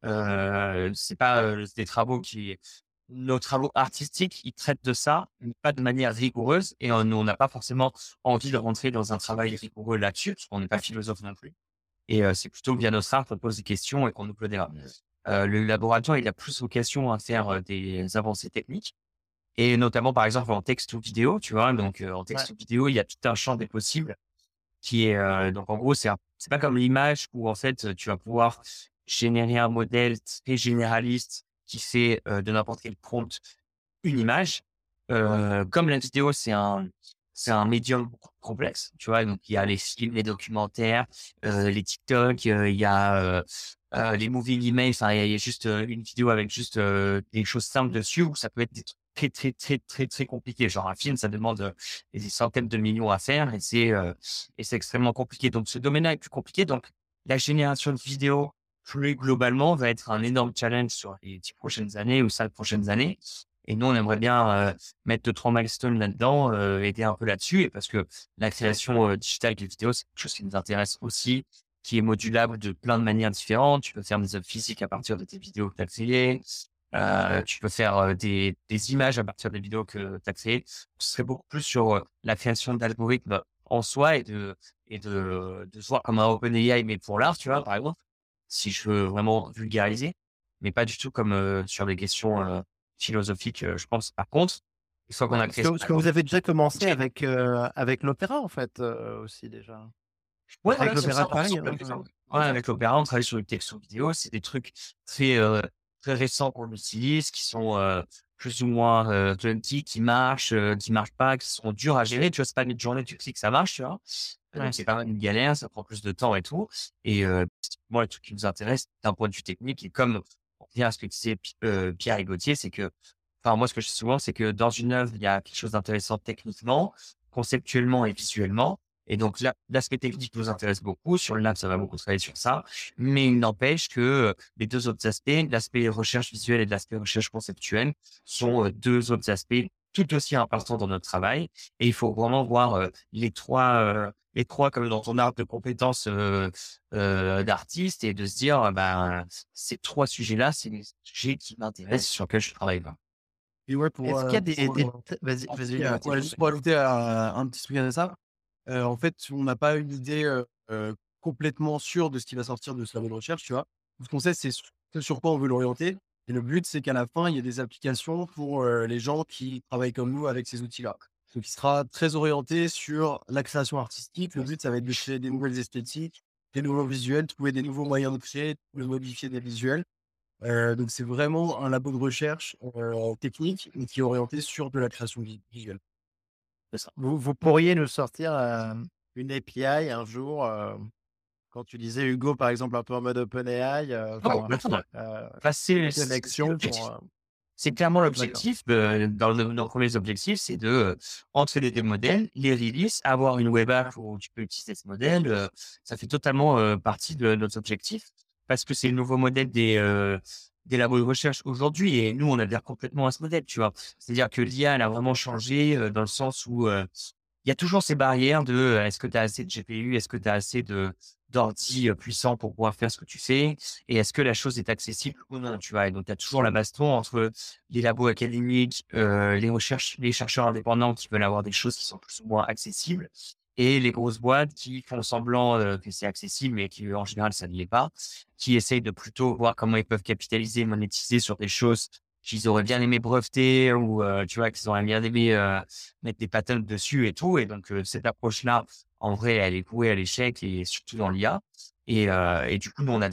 Heu, c'est pas, heu, des travaux qui nos travaux artistiques, ils traitent de ça, mais pas de manière rigoureuse et heu, nous, on n'a pas forcément envie de rentrer dans un travail rigoureux là-dessus, parce qu'on n'est pas philosophe non plus et heu, c'est plutôt via notre art qu'on pose des questions et qu'on ouvre le débat. Heu, le laboratoire, il a plus vocation à faire, heu, des avancées techniques et notamment, par exemple, en texte ou vidéo, tu vois? Donc, heu, en Ouais. texte ou vidéo, il y a tout un champ des possibles qui est, heu, donc en gros, c'est un c'est pas comme l'image où en fait, heu, tu vas pouvoir générer un modèle très généraliste qui fait, heu, de n'importe quel prompt une image. Heu, comme la vidéo, c'est un c'est un médium beaucoup plus complexe, tu vois? Donc il y a les films, les documentaires, heu, les TikTok, heu, il y a, heu heu, les moving images, enfin, il y a il y a juste, heu, une vidéo avec juste, heu, des choses simples dessus ou ça peut être des trucs très, très, très, très, très compliqués. Genre un film, ça demande, heu, des centaines de millions à faire et c'est, heu et c'est extrêmement compliqué. Donc ce domaine-là est plus compliqué. Donc la génération de vidéos, plus globalement, va être un énorme challenge sur les dix prochaines années ou cinq prochaines années et nous, on aimerait bien, heu, mettre deux trois milestones là-dedans, heu, aider un peu là-dessus et parce que la création, heu, digitale des vidéos, c'est quelque chose qui nous intéresse aussi, qui est modulable de plein de manières différentes. Tu peux faire des œuvres physiques à partir de tes vidéos que tu as créées. Heu, tu peux faire, heu, des des images à partir des vidéos que tu as créées. Ce serait beaucoup plus sur, heu, la création d'algorithmes en soi et de et de de se voir comme un OpenAI, mais pour l'art, tu vois, par exemple, si je veux vraiment vulgariser, mais pas du tout comme, heu, sur des questions, heu, philosophiques, heu, je pense. Par contre, une fois qu'on Ouais, a parce créé cet que parce que vous algorithme, avez déjà commencé avec, heu, avec l'opéra, en fait, heu, aussi déjà? ouais, Avec voilà, c'est l'opéra ça, de par Paris, exemple, hein? avec Ouais. ouais, avec l'opéra, on travaille sur le texte ou vidéo. C'est des trucs très, heu, très récents qu'on utilise, qui sont, heu, plus ou moins, heu, clunky, qui marchent, heu, qui marchent pas, qui sont durs à gérer. Tu vois, c'est pas une journée, tu cliques, ça marche, tu vois? Heu, donc Ouais. c'est pas mal une galère, ça prend plus de temps et tout et heu, moi, le truc qui nous intéresse d'un point de vue technique et comme on revient à ce que disait Pi heu, Pierre et Gauthier, c'est que enfin, moi, ce que je dis souvent, c'est que dans une œuvre, il y a quelque chose d'intéressant techniquement, conceptuellement et visuellement. Et donc là, l'aspect technique nous intéresse beaucoup. Sur le lab, ça va beaucoup travailler sur ça. Mais il n'empêche que euh, les deux autres aspects, l'aspect recherche visuelle et l'aspect recherche conceptuelle, sont euh, deux autres aspects tout aussi importants dans notre travail. Et il faut vraiment voir euh, les trois, euh, les trois comme dans ton arbre de compétences euh, euh, d'artiste et de se dire, euh, ben, ces trois sujets-là, c'est les sujets qui m'intéressent, sur lesquels je travaille. Quoi. et ouais, pour, Est-ce qu'il y heu, a des pour, des heu, t vas-y vas-y, ajouter heu, à ouais, juste pour ajouter à un petit truc à ça, heu, en fait, on n'a pas une idée, heu heu, complètement sûre de ce qui va sortir de ce labo de recherche, tu vois? Tout ce qu'on sait, c'est ce sur quoi on veut l'orienter et le but, c'est qu'à la fin, il y ait des applications pour, heu, les gens qui travaillent comme nous avec ces outils-là. Donc il sera très orienté sur la création artistique. Le but, ça va être de créer des nouvelles esthétiques, des nouveaux visuels, trouver des nouveaux moyens de créer, de modifier des visuels. Heu, donc c'est vraiment un labo de recherche, heu, technique, mais qui est orienté sur de la création vi visuelle. C'est ça. vous vous pourriez nous sortir, hem, une A P I un jour, hem, quand tu disais Hugo, par exemple, un peu en mode OpenAI, heu, Ah, genre, complètement. heu, Enfin, c'est c'est connexion l'objectif. pour, heu C'est clairement d'accord. l'objectif, heu, dans le nos premiers objectifs, c'est de, heu, entraîner des modèles, les release, avoir une web app où tu peux utiliser ce modèle, heu, ça fait totalement, heu, partie de nos objectifs parce que c'est le nouveau modèle des, heu, des labos de recherche aujourd'hui et nous, on adhère complètement à ce modèle, tu vois? C'est-à-dire que l'I A, elle a vraiment changé, heu, dans le sens où, heu, il y a toujours ces barrières de, heu, est-ce que tu as assez de G P U? Est-ce que tu as assez de d'ordi, heu, puissants pour pouvoir faire ce que tu fais? Et est-ce que la chose est accessible ou non, tu vois? Et donc, tu as toujours la baston entre les labos académiques, heu, les recherches les chercheurs indépendants qui veulent avoir des choses qui sont plus ou moins accessibles et les grosses boîtes qui font semblant, heu, que c'est accessible, mais qui, en général, ça ne l'est pas, qui essayent de plutôt voir comment ils peuvent capitaliser, monétiser sur des choses qu'ils auraient bien aimé breveter ou, heu, tu vois, qu'ils auraient bien aimé, heu, mettre des patents dessus et tout et donc, heu, cette approche-là, en vrai, elle est vouée à l'échec et surtout dans l'I A et heu et du coup, nous, on adhère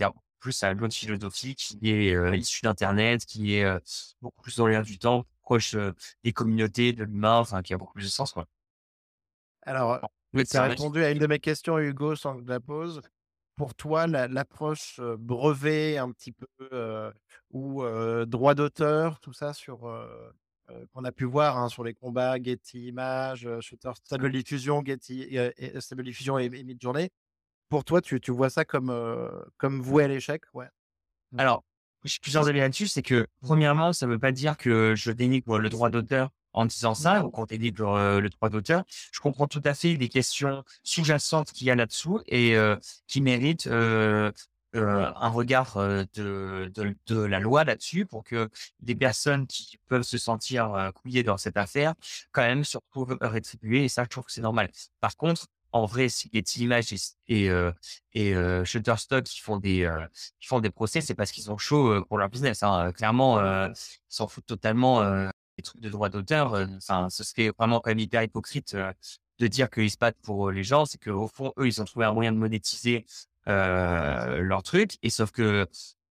plus à l'autre philosophie qui est euh, issue d'Internet, qui est euh, beaucoup plus dans l'air du temps, proche euh, des communautés, de l'humain, enfin, qui a beaucoup plus de sens, quoi. Alors, Oui, tu c'est as vrai. répondu à une de mes questions, Hugo, sans que je la pose. Pour toi, la l'approche, heu, brevet un petit peu, heu, ou heu, droit d'auteur, tout ça sur, heu heu, qu'on a pu voir, hein, sur les combats Getty Images, heu, Shutterstock, Stable Diffusion, Getty et et Stable Diffusion et et Midjourney. Pour toi, tu tu vois ça comme, heu, comme voué à l'échec? Ouais. Mmh. Alors, j'ai plusieurs avis là-dessus. C'est que, premièrement, ça veut pas dire que je dénigre le droit d'auteur en disant ça ou qu'on dénigre euh, le droit d'auteur. Je comprends tout à fait les questions sous-jacentes qu'il y a là-dessous et euh, qui méritent euh, euh, un regard euh, de, de, de la loi là-dessus pour que des personnes qui peuvent se sentir euh, couillées dans cette affaire, quand même, se retrouvent rétribuées. Et ça, je trouve que c'est normal. Par contre, en vrai, si Getty Images et, et, euh, et euh, Shutterstock qui font des, euh, qui font des procès, c'est parce qu'ils sont chauds euh, pour leur business. Hein. Clairement, euh, ils s'en foutent totalement euh, des trucs de droit d'auteur. euh, Enfin, ce serait vraiment quand même hyper hypocrite euh, de dire qu'ils se battent pour euh, les gens. C'est qu'au fond, eux, ils ont trouvé un moyen de monétiser euh, leur truc. Et sauf que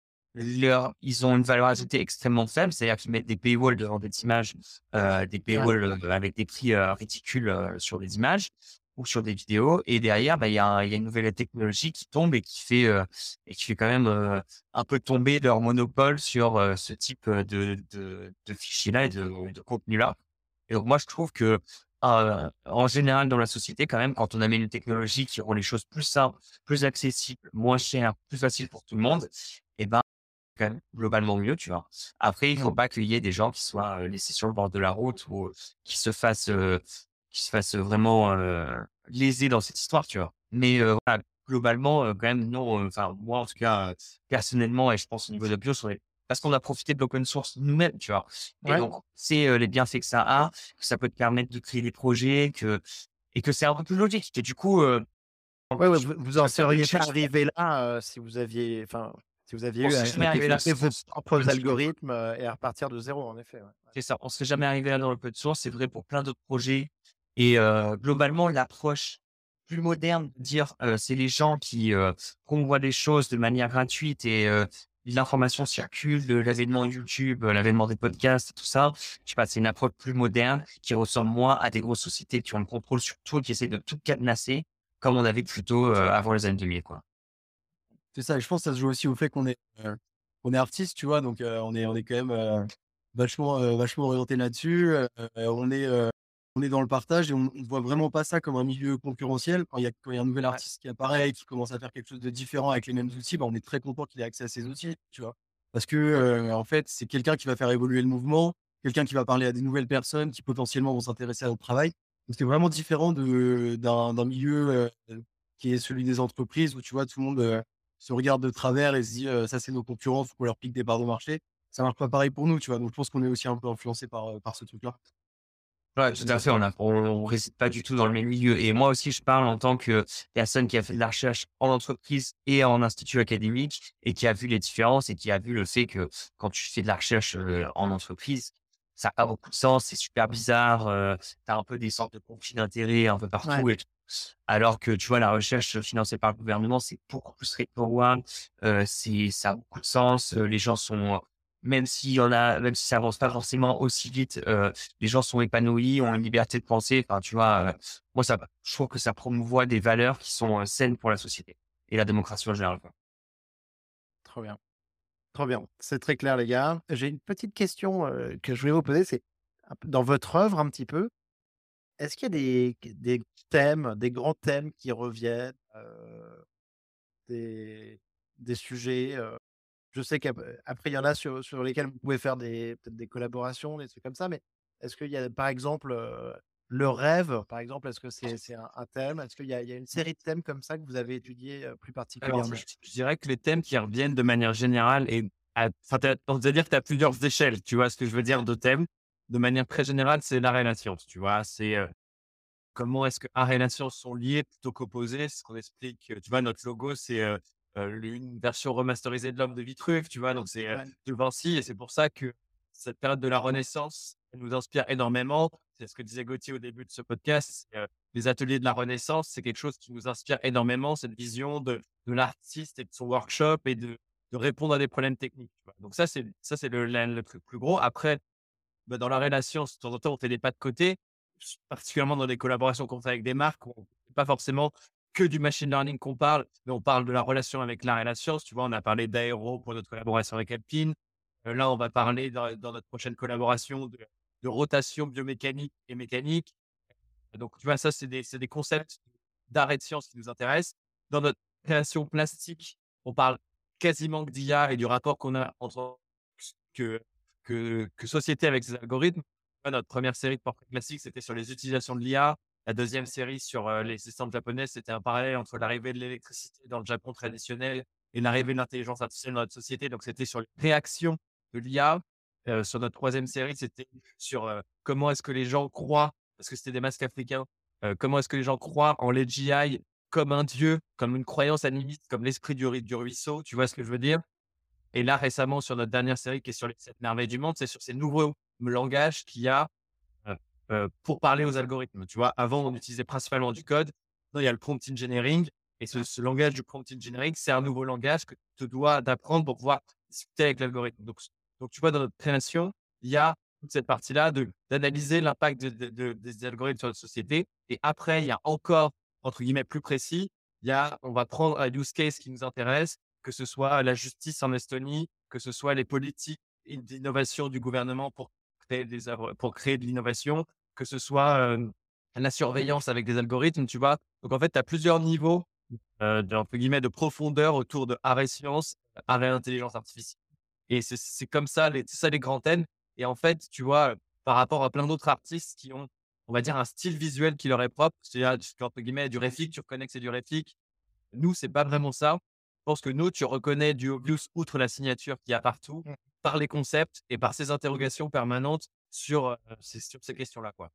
leur, ils ont une valeur ajoutée extrêmement faible. C'est-à-dire qu'ils mettent des paywalls devant des images, euh, des Ouais. paywalls euh, avec des prix euh, ridicules euh, sur des images ou sur des vidéos. Et derrière, bah, il y a, un- il y a une nouvelle technologie qui tombe et qui fait, euh, et qui fait quand même euh, un peu tomber leur monopole sur euh, ce type euh, de, de, de fichiers-là et de, de contenu-là. Et donc, moi, je trouve que, euh, en général, dans la société, quand même, quand on amène une technologie qui rend les choses plus simples, plus accessibles, moins chères, plus faciles pour tout le monde, et ben, quand même globalement mieux, tu vois? Après, il faut pas qu'il y ait des gens qui soient, heu, laissés sur le bord de la route ou, heu, qui se fassent, heu, qui se fassent vraiment, heu, léser dans cette histoire, tu vois? Mais, heu, voilà, globalement, heu, quand même non, heu, enfin moi en tout cas, heu, personnellement et je pense au niveau de Bios, on est parce qu'on a profité de l'open source nous-mêmes, tu vois? Et Ouais. donc c'est, heu, les bienfaits que ça a, que ça peut te permettre de créer des projets, que et que c'est un peu plus logique et du coup, heu, Ouais, ouais, je vous vous je en préfère que seriez pas chaque arrivé là, heu, si vous aviez enfin, si vous aviez on eu serait à à jamais arrivé là développer vos sans propres algorithmes, heu, et à repartir de zéro, en effet, ouais. Ouais. C'est ça, on serait jamais arrivé là dans l'open source, c'est vrai pour plein d'autres projets et heu, globalement l'approche plus moderne de dire, heu, c'est les gens qui, heu, convoient des choses de manière gratuite et heu, l'information circule, de l'avènement YouTube, heu, l'avènement des podcasts, tout ça. Je sais pas, c'est une approche plus moderne qui ressemble moins à des grosses sociétés qui ont le contrôle sur tout et qui essaient de tout cadenasser comme on avait plutôt, heu, avant les années deux mille, quoi. C'est ça et je pense que ça se joue aussi au fait qu'on est, heu, qu'on est artiste, tu vois? Donc, heu, on est on est quand même, heu, vachement, heu, vachement orienté là-dessus, heu, on est, heu, on est dans le partage et on on voit vraiment pas ça comme un milieu concurrentiel. Quand il y a quand il y a un nouvel Ouais. artiste qui apparaît et qui commence à faire quelque chose de différent avec les mêmes outils, bah, on est très content qu'il ait accès à ces outils, tu vois? Parce que, heu, en fait, c'est quelqu'un qui va faire évoluer le mouvement, quelqu'un qui va parler à des nouvelles personnes qui potentiellement vont s'intéresser à notre travail. Donc c'est vraiment différent de d'un d'un milieu, heu, qui est celui des entreprises où tu vois tout le monde, heu se regarde de travers et se dit, heu: «Ça, c'est nos concurrents, faut qu'on leur pique des parts de marché». Ça marche pas pareil pour nous, tu vois? Donc je pense qu'on est aussi un peu influencé par, heu, par ce truc-là. Ouais, tout à fait, on a on on réside pas du tout dans le même milieu et moi aussi je parle en tant que personne qui a fait de la recherche en entreprise et en institut académique et qui a vu les différences et qui a vu le fait que quand tu fais de la recherche, heu, en entreprise, ça a pas beaucoup de sens, c'est super bizarre, heu, tu as un peu des sortes de conflits d'intérêts un peu Ouais. partout et tout. Alors que tu vois la recherche financée par le gouvernement, c'est beaucoup plus straightforward, heu, c'est ça a beaucoup de sens, heu, les gens sont même s'il y en a même si ça avance pas forcément aussi vite, heu les gens sont épanouis, ont une liberté de penser. Enfin, tu vois, heu, moi, ça je trouve que ça promouvoit des valeurs qui sont, heu, saines pour la société et la démocratie en général, quoi. Trop bien. Trop bien. C'est très clair, les gars. J'ai une petite question, heu, que je voulais vous poser, c'est un peu dans votre œuvre un petit peu, est-ce qu'il y a des des thèmes, des grands thèmes qui reviennent, heu, des des sujets, heu, je sais qu'ap après il y en a sur sur lesquels vous pouvez faire des peut-être des collaborations, des trucs comme ça, mais est-ce qu'il y a par exemple, heu, le rêve, par exemple, est-ce que c'est c'est un un thème? Est-ce qu'il y a il y a une série de thèmes comme ça que vous avez étudiés, heu, plus Alors, je particulièrement? je dirais que les thèmes qui reviennent de manière générale et à enfin, tu on va dire que tu as plusieurs échelles, tu vois ce que je veux dire, de thèmes. De manière très générale, c'est l'art et la science, tu vois? C'est, heu, comment est-ce que art et la science sont liés plutôt qu'opposés? C'est ce qu'on explique, heu, tu vois, notre logo, c'est, heu heu, une version remasterisée de l'homme de Vitruve, tu vois? Donc c'est, heu, Ouais. de Vinci et c'est pour ça que cette période de la Renaissance, elle nous inspire énormément. C'est ce que disait Gauthier au début de ce podcast, c'est, heu, les ateliers de la Renaissance, c'est quelque chose qui nous inspire énormément, cette vision de de l'artiste et de son workshop et de de répondre à des problèmes techniques, tu vois? Donc ça, c'est ça, c'est le la le truc plus gros. Après, bah, dans la relation, de temps en temps, on fait des pas de côté, s particulièrement dans des collaborations qu'on fait avec des marques, où c'est pas forcément que du machine learning qu'on parle, mais on parle de la relation avec l'art et la science. Tu vois, on a parlé d'aéro pour notre collaboration avec Alpine. Heu, là, on va parler dans dans notre prochaine collaboration de de rotation biomécanique et mécanique. Donc, tu vois, ça, c'est des c'est des concepts d'art et de science qui nous intéressent. Dans notre création plastique, on parle quasiment que d'I A et du rapport qu'on a entre que que que société avec ses algorithmes. Tu vois, notre première série de portraits classiques, c'était sur les utilisations de l'I A. La deuxième série sur, heu, les systèmes japonais, c'était un parallèle entre l'arrivée de l'électricité dans le Japon traditionnel et l'arrivée de l'intelligence artificielle dans notre société. Donc, c'était sur les réactions de l'I A. Heu, sur notre troisième série, c'était sur, heu, comment est-ce que les gens croient, parce que c'était des masques africains, heu, comment est-ce que les gens croient en l'A G I comme un dieu, comme une croyance animiste, comme l'esprit du ru du ruisseau, tu vois ce que je veux dire? Et là, récemment, sur notre dernière série qui est sur les sept merveilles du monde, c'est sur ces nouveaux langages qu'il y a, heu heu, pour parler aux algorithmes, tu vois? Avant, on utilisait principalement du code. Maintenant, il y a le prompt engineering et ce ce langage du prompt engineering, c'est un nouveau langage que tu te dois d'apprendre pour pouvoir discuter avec l'algorithme. Donc donc tu vois, dans notre création, il y a toute cette partie-là de d'analyser l'impact de de de des algorithmes sur notre société et après, il y a encore, entre guillemets, «plus précis», il y a on va prendre un use case qui nous intéresse, que ce soit la justice en Estonie, que ce soit les politiques in d'innovation du gouvernement pour créer des œuvres pour créer de l'innovation, que ce soit, hem, la surveillance avec des algorithmes, tu vois? Donc en fait, tu as plusieurs niveaux, heu, de entre guillemets «de profondeur» autour de art et sciences, art et intelligence artificielle et c'est c'est comme ça les c'est ça les grands thèmes et en fait, tu vois, heu, par rapport à plein d'autres artistes qui ont, on va dire, un style visuel qui leur est propre, c'est-à-dire, entre guillemets, du Réfik, tu reconnais que c'est du Réfik. Nous, c'est pas vraiment ça. Je pense que nous, tu reconnais du Obvious outre la signature qu'il y a partout, Mmh. par les concepts et par ces interrogations permanentes sur, heu, ces sur ces questions-là, quoi.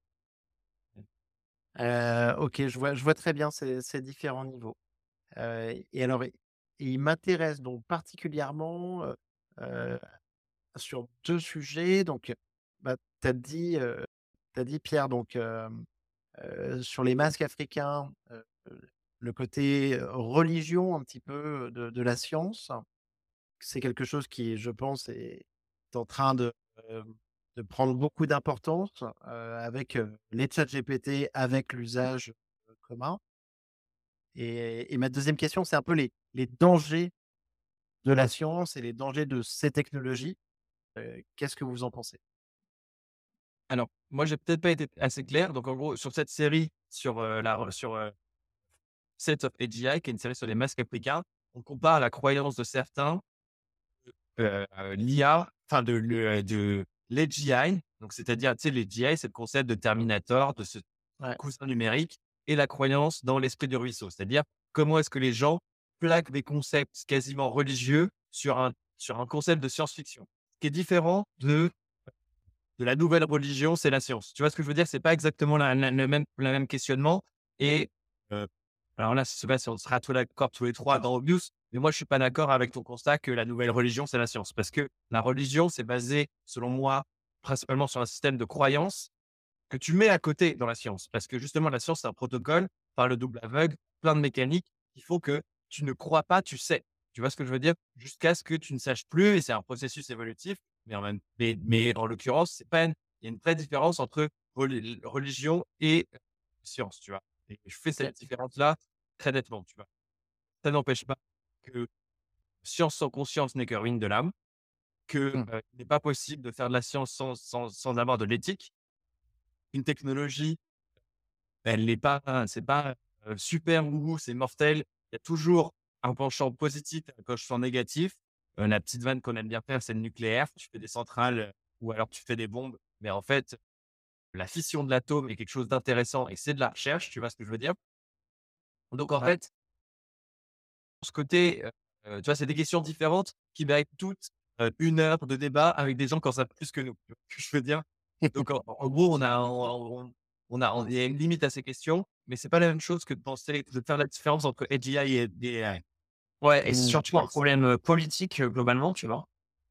Heu, OK, je vois je vois très bien ces ces différents niveaux. Heu et alors et il m'intéresse donc particulièrement, heu heu, sur deux sujets. Donc, bah, tu as dit, heu, tu dit Pierre, donc, hem, heu, sur les masques africains, heu, le côté, heu, religion un petit peu de de la science. C'est quelque chose qui, je pense, est en train de, hem, de prendre beaucoup d'importance, heu, avec, heu, les ChatGPT, avec l'usage, heu, commun. Et et ma deuxième question, c'est un peu les les dangers de la science et les dangers de ces technologies. Heu, qu'est-ce que vous en pensez? Alors, moi, j'ai peut-être pas été assez clair. Donc, en gros, sur cette série, sur, heu, la re sur, heu, Set of A G I, qui est une série sur les masques africains, on compare la croyance de certains, heu, l'I A, enfin de le de l'A G I, donc c'est-à-dire, tu sais, l'A G I, c'est le concept de Terminator, de ce Ouais. cousin numérique et la croyance dans l'esprit du ruisseau. C'est-à-dire, comment est-ce que les gens plaquent des concepts quasiment religieux sur un sur un concept de science-fiction? Ce qui est différent de de la nouvelle religion, c'est la science. Tu vois ce que je veux dire? C'est pas exactement la la le même le même questionnement et heu, alors là, je sais pas si on sera tous d'accord tous les trois dans Obvious, mais moi, je suis pas d'accord avec ton constat que la nouvelle religion, c'est la science. Parce que la religion, c'est basé, selon moi, principalement sur un système de croyances que tu mets à côté dans la science. Parce que justement, la science, c'est un protocole par le double aveugle, plein de mécaniques il faut que tu ne crois pas, tu sais. Tu vois ce que je veux dire? Jusqu'à ce que tu ne saches plus et c'est un processus évolutif, mais en même mais mais en l'occurrence, c'est pas une il y a une vraie différence entre reli religion et science, tu vois? Et je fais OK. cette différence-là très nettement, tu vois? Ça n'empêche pas que science sans conscience n'est que ruine de l'âme, que, Mmh. heu, il n'est pas possible de faire de la science sans sans sans avoir de l'éthique. Une technologie, elle n'est pas c'est pas, heu, super wouhou, c'est mortel. Il y a toujours un penchant positif et un penchant négatif. Heu, la petite vanne qu'on aime bien faire, c'est le nucléaire. Tu fais des centrales, heu, ou alors tu fais des bombes, mais en fait, la fission de l'atome est quelque chose d'intéressant et c'est de la recherche, tu vois ce que je veux dire? Donc en Ouais. fait, ce côté, heu heu, tu vois, c'est des questions différentes qui méritent toutes, heu, une heure de débat avec des gens qui en savent plus que nous. Tu vois ce que je veux dire? Donc en en gros, on a on on on a on il y a une limite à ces questions, mais c'est pas la même chose que de penser de faire la différence entre A G I et et A I. Ouais, et c'est Mmh, surtout un problème, heu, politique, heu, globalement, tu vois?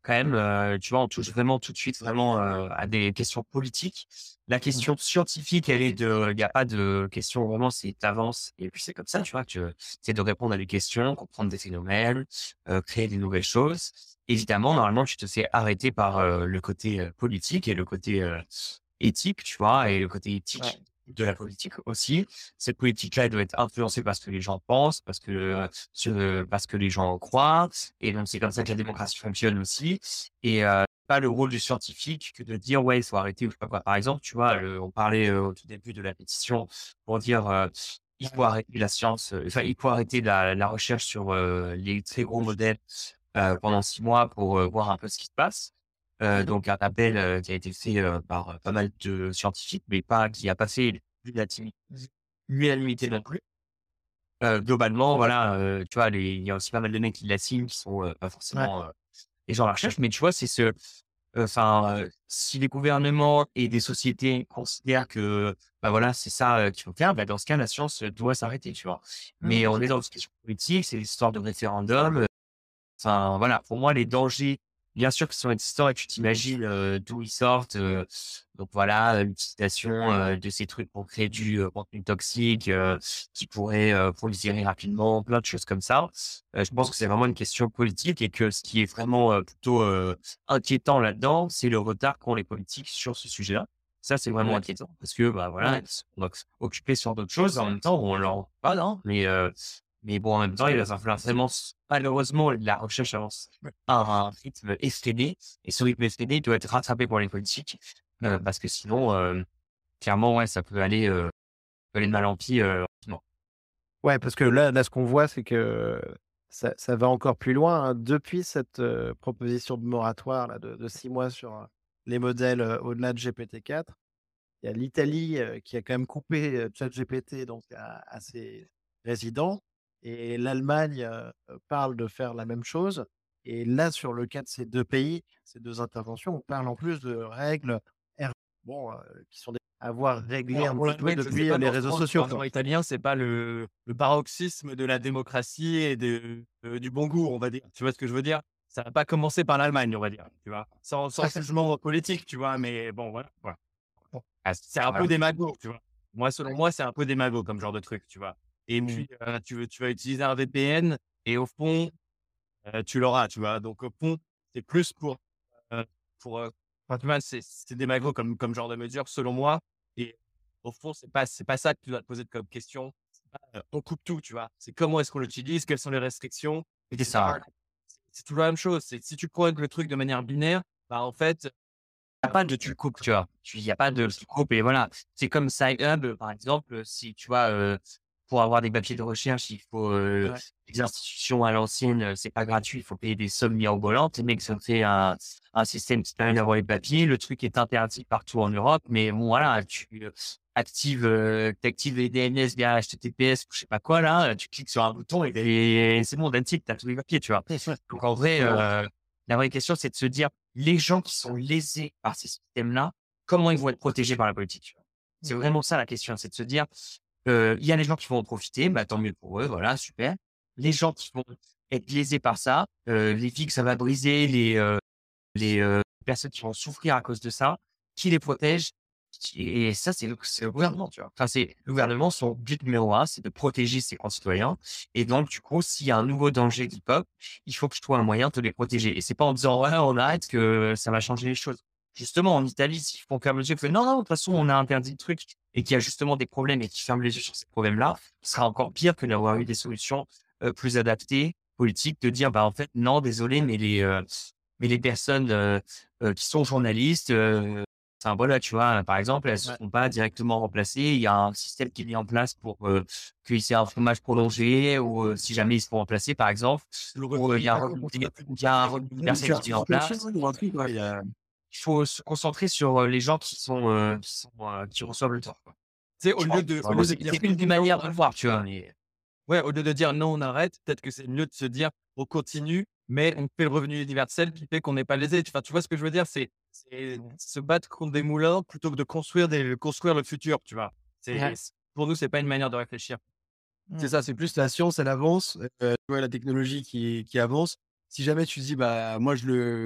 quand même, heu, tu vois, on touche vraiment tout de suite vraiment, heu, à des questions politiques. La question scientifique, elle est de il y a pas de question vraiment, c'est tu avances et puis c'est comme ça, tu vois? Tu essaies de répondre à des questions, comprendre des phénomènes, heu, créer des nouvelles choses. Évidemment, normalement, tu te fais arrêter par, heu, le côté, heu, politique et le côté, heu, éthique, tu vois? Et le côté Ouais. éthique de la politique aussi. Cette politique-là, elle doit être influencée par ce que les gens pensent, parce que, heu, ce parce que les gens croient et donc c'est comme ça que la démocratie fonctionne aussi et heu, pas le rôle du scientifique que de dire: «Ouais, il faut arrêter» ou je sais pas quoi. Par exemple, tu vois, heu, on parlait, heu, au tout début de la pétition pour dire, heu, il faut arrêter la science, heu, enfin, il faut arrêter la la recherche sur, heu, les très gros modèles, heu, pendant six mois pour, heu, voir un peu ce qui se passe. Heu, donc un appel, heu, qui a été fait, heu, par, heu, pas mal de scientifiques, mais pas qui a pas fait l'unatimi l'unanimité non plus. Heu, globalement, voilà, heu, tu vois, les il y a aussi pas mal de mecs qui la signent, qui sont, heu, pas Ouais. forcément, heu, les gens à la recherche, mais tu vois, c'est ce enfin, heu, si les gouvernements et des sociétés considèrent que, bah, voilà, c'est ça, heu, qu'il faut faire, bah, dans ce cas, la science, heu, doit s'arrêter, tu vois? Mmh. Mais on est dans une question politique, c'est l'histoire de référendum, enfin, voilà, pour moi, les dangers, bien sûr qu'ils sont existants et que tu t'imagines, heu, d'où ils sortent, heu, donc voilà, l'utilisation, heu, de ces trucs pour créer du, heu, contenu toxique, heu, qui pourrait, heu, proliférer rapidement, plein de choses comme ça. Heu, je pense que c'est vraiment une question politique et que ce qui est vraiment, heu, plutôt, heu, inquiétant là-dedans, c'est le retard qu'ont les politiques sur ce sujet-là. Ça, c'est vraiment Ouais. inquiétant parce que, bah, voilà, Ouais. ils sont oc occupés sur d'autres choses en même temps, on leur parle, hein, mais heu mais bon, en même temps, il va falloir vraiment s malheureusement, la recherche avance à un rythme effréné et ce rythme effréné doit être rattrapé par les politiques, heu, parce que sinon, heu, clairement, ouais, ça peut aller, heu, peut aller de mal en pis, heu, rapidement. Ouais, parce que là là, ce qu'on voit, c'est que ça ça va encore plus loin, hein. Depuis cette, heu, proposition de moratoire là de de six mois sur, heu, les modèles, heu, au-delà de G P T quatre, il y a l'Italie, heu, qui a quand même coupé, heu, ChatGPT donc à à ses résidents et l'Allemagne, heu, parle de faire la même chose et là, sur le cas de ces deux pays, ces deux interventions, on parle en plus de règles R bon, heu, qui sont des à voir réglées Alors un pour petit peu l'Allemagne, je sais depuis, heu, pas, mais les en réseaux France, le sociaux, quoi. gouvernement italien, c'est pas le le paroxysme de la démocratie et de, heu, du bon goût, on va dire. Tu vois ce que je veux dire? Ça va pas commencer par l'Allemagne, on va dire, tu vois? Sans sans jugement politique, tu vois? Mais bon, voilà, voilà. Bon, Ah, c'est un peu voilà. démago, tu vois? Moi, selon moi, c'est un peu démago comme genre de truc, tu vois? Et Mmh. puis, heu, tu veux tu vas utiliser un V P N et au fond, heu, tu l'auras, tu vois? Donc au fond, c'est plus pour, heu, pour, heu, enfin, tu vois, c'est c'est démago comme comme genre de mesure selon moi et au fond, c'est pas c'est pas ça que tu dois te poser comme question. C'est pas, heu, on coupe tout, tu vois? C'est comment est-ce qu'on l'utilise? Quelles sont les restrictions? Et C'est ça. cetera. C'est c'est toujours la même chose. C'est si tu prends le truc de manière binaire, bah, en fait, Il y a pas de tu coupes, tu vois? Tu il y a pas de tu coupes et voilà. C'est comme Sci-Hub, par exemple, si tu vois, heu, pour avoir des papiers de recherche, il faut, heu, Ouais. les institutions à l'ancienne, heu, c'est pas gratuit, il faut payer des sommes mirobolantes. Les mecs se ont fait un un système qui permet d'avoir les papiers. Le truc est interdit partout en Europe, mais bon, voilà, tu, heu, actives, heu, tu actives les D N S via H T T P S ou je sais pas quoi là, tu cliques sur un bouton et et c'est bon, that's it, tu as tous les papiers, tu vois? Donc en vrai, heu, la vraie question, c'est de se dire: «Les gens qui sont lésés par ces systèmes-là, comment ils vont être protégés par la politique?» tu vois? C'est Mmh. vraiment ça la question, c'est de se dire, heu, il y a les gens qui vont en profiter, bah, tant mieux pour eux, voilà, super. Les gens qui vont être lésés par ça, heu, les vies que ça va briser, les, heu, les, heu, personnes qui vont souffrir à cause de ça, qui les protège? Qui et ça, c'est le c'est le gouvernement, tu vois? Enfin, c'est le gouvernement, son but numéro un, c'est de protéger ses concitoyens et donc du coup, s'il y a un nouveau danger qui pop, il faut que je trouve un moyen de les protéger et c'est pas en disant: «Ouais, on arrête que ça va changer les choses». Justement, en Italie, s'ils font fermer les yeux, que «Non, non, de toute façon, on a interdit le truc» et qu'il y a justement des problèmes et qu'ils ferment les yeux sur ces problèmes-là, ce sera encore pire que d'avoir eu des solutions, heu, plus adaptées, politiques, de dire: «Bah, en fait, non, désolé, mais les, heu, mais les personnes, heu heu, qui sont journalistes, heu, enfin voilà, tu vois? Par exemple, elles ne Ouais. seront pas directement remplacées. Il y a un système qui est mis en place pour, heu, qu'il y ait un chômage prolongé ou, heu, si jamais ils se font remplacer, par exemple, ou, heu, il y a un revenu il y a un revenu universel qui est mis en place. Et heu, il faut se concentrer sur, heu, les gens qui sont, heu, qui sont, heu, qui reçoivent le tort, quoi. tu sais, au lieu de au Vraiment, lieu de c'est dire c'est une des manières de le voir, tu vois? Mais ouais, au lieu de dire: «Non, on arrête», peut-être que c'est mieux de se dire: «On continue, mais on fait le revenu universel qui fait qu'on n'est pas lésé». Enfin, tu vois ce que je veux dire? C'est c'est se battre contre des moulins plutôt que de construire des construire le futur, tu vois? C'est Ouais. c pour nous, c'est pas une manière de réfléchir. C'est Mmh. ça, c'est plus la science, elle avance, heu, tu vois la technologie qui qui avance. Si jamais tu te dis: «Bah, moi je le moi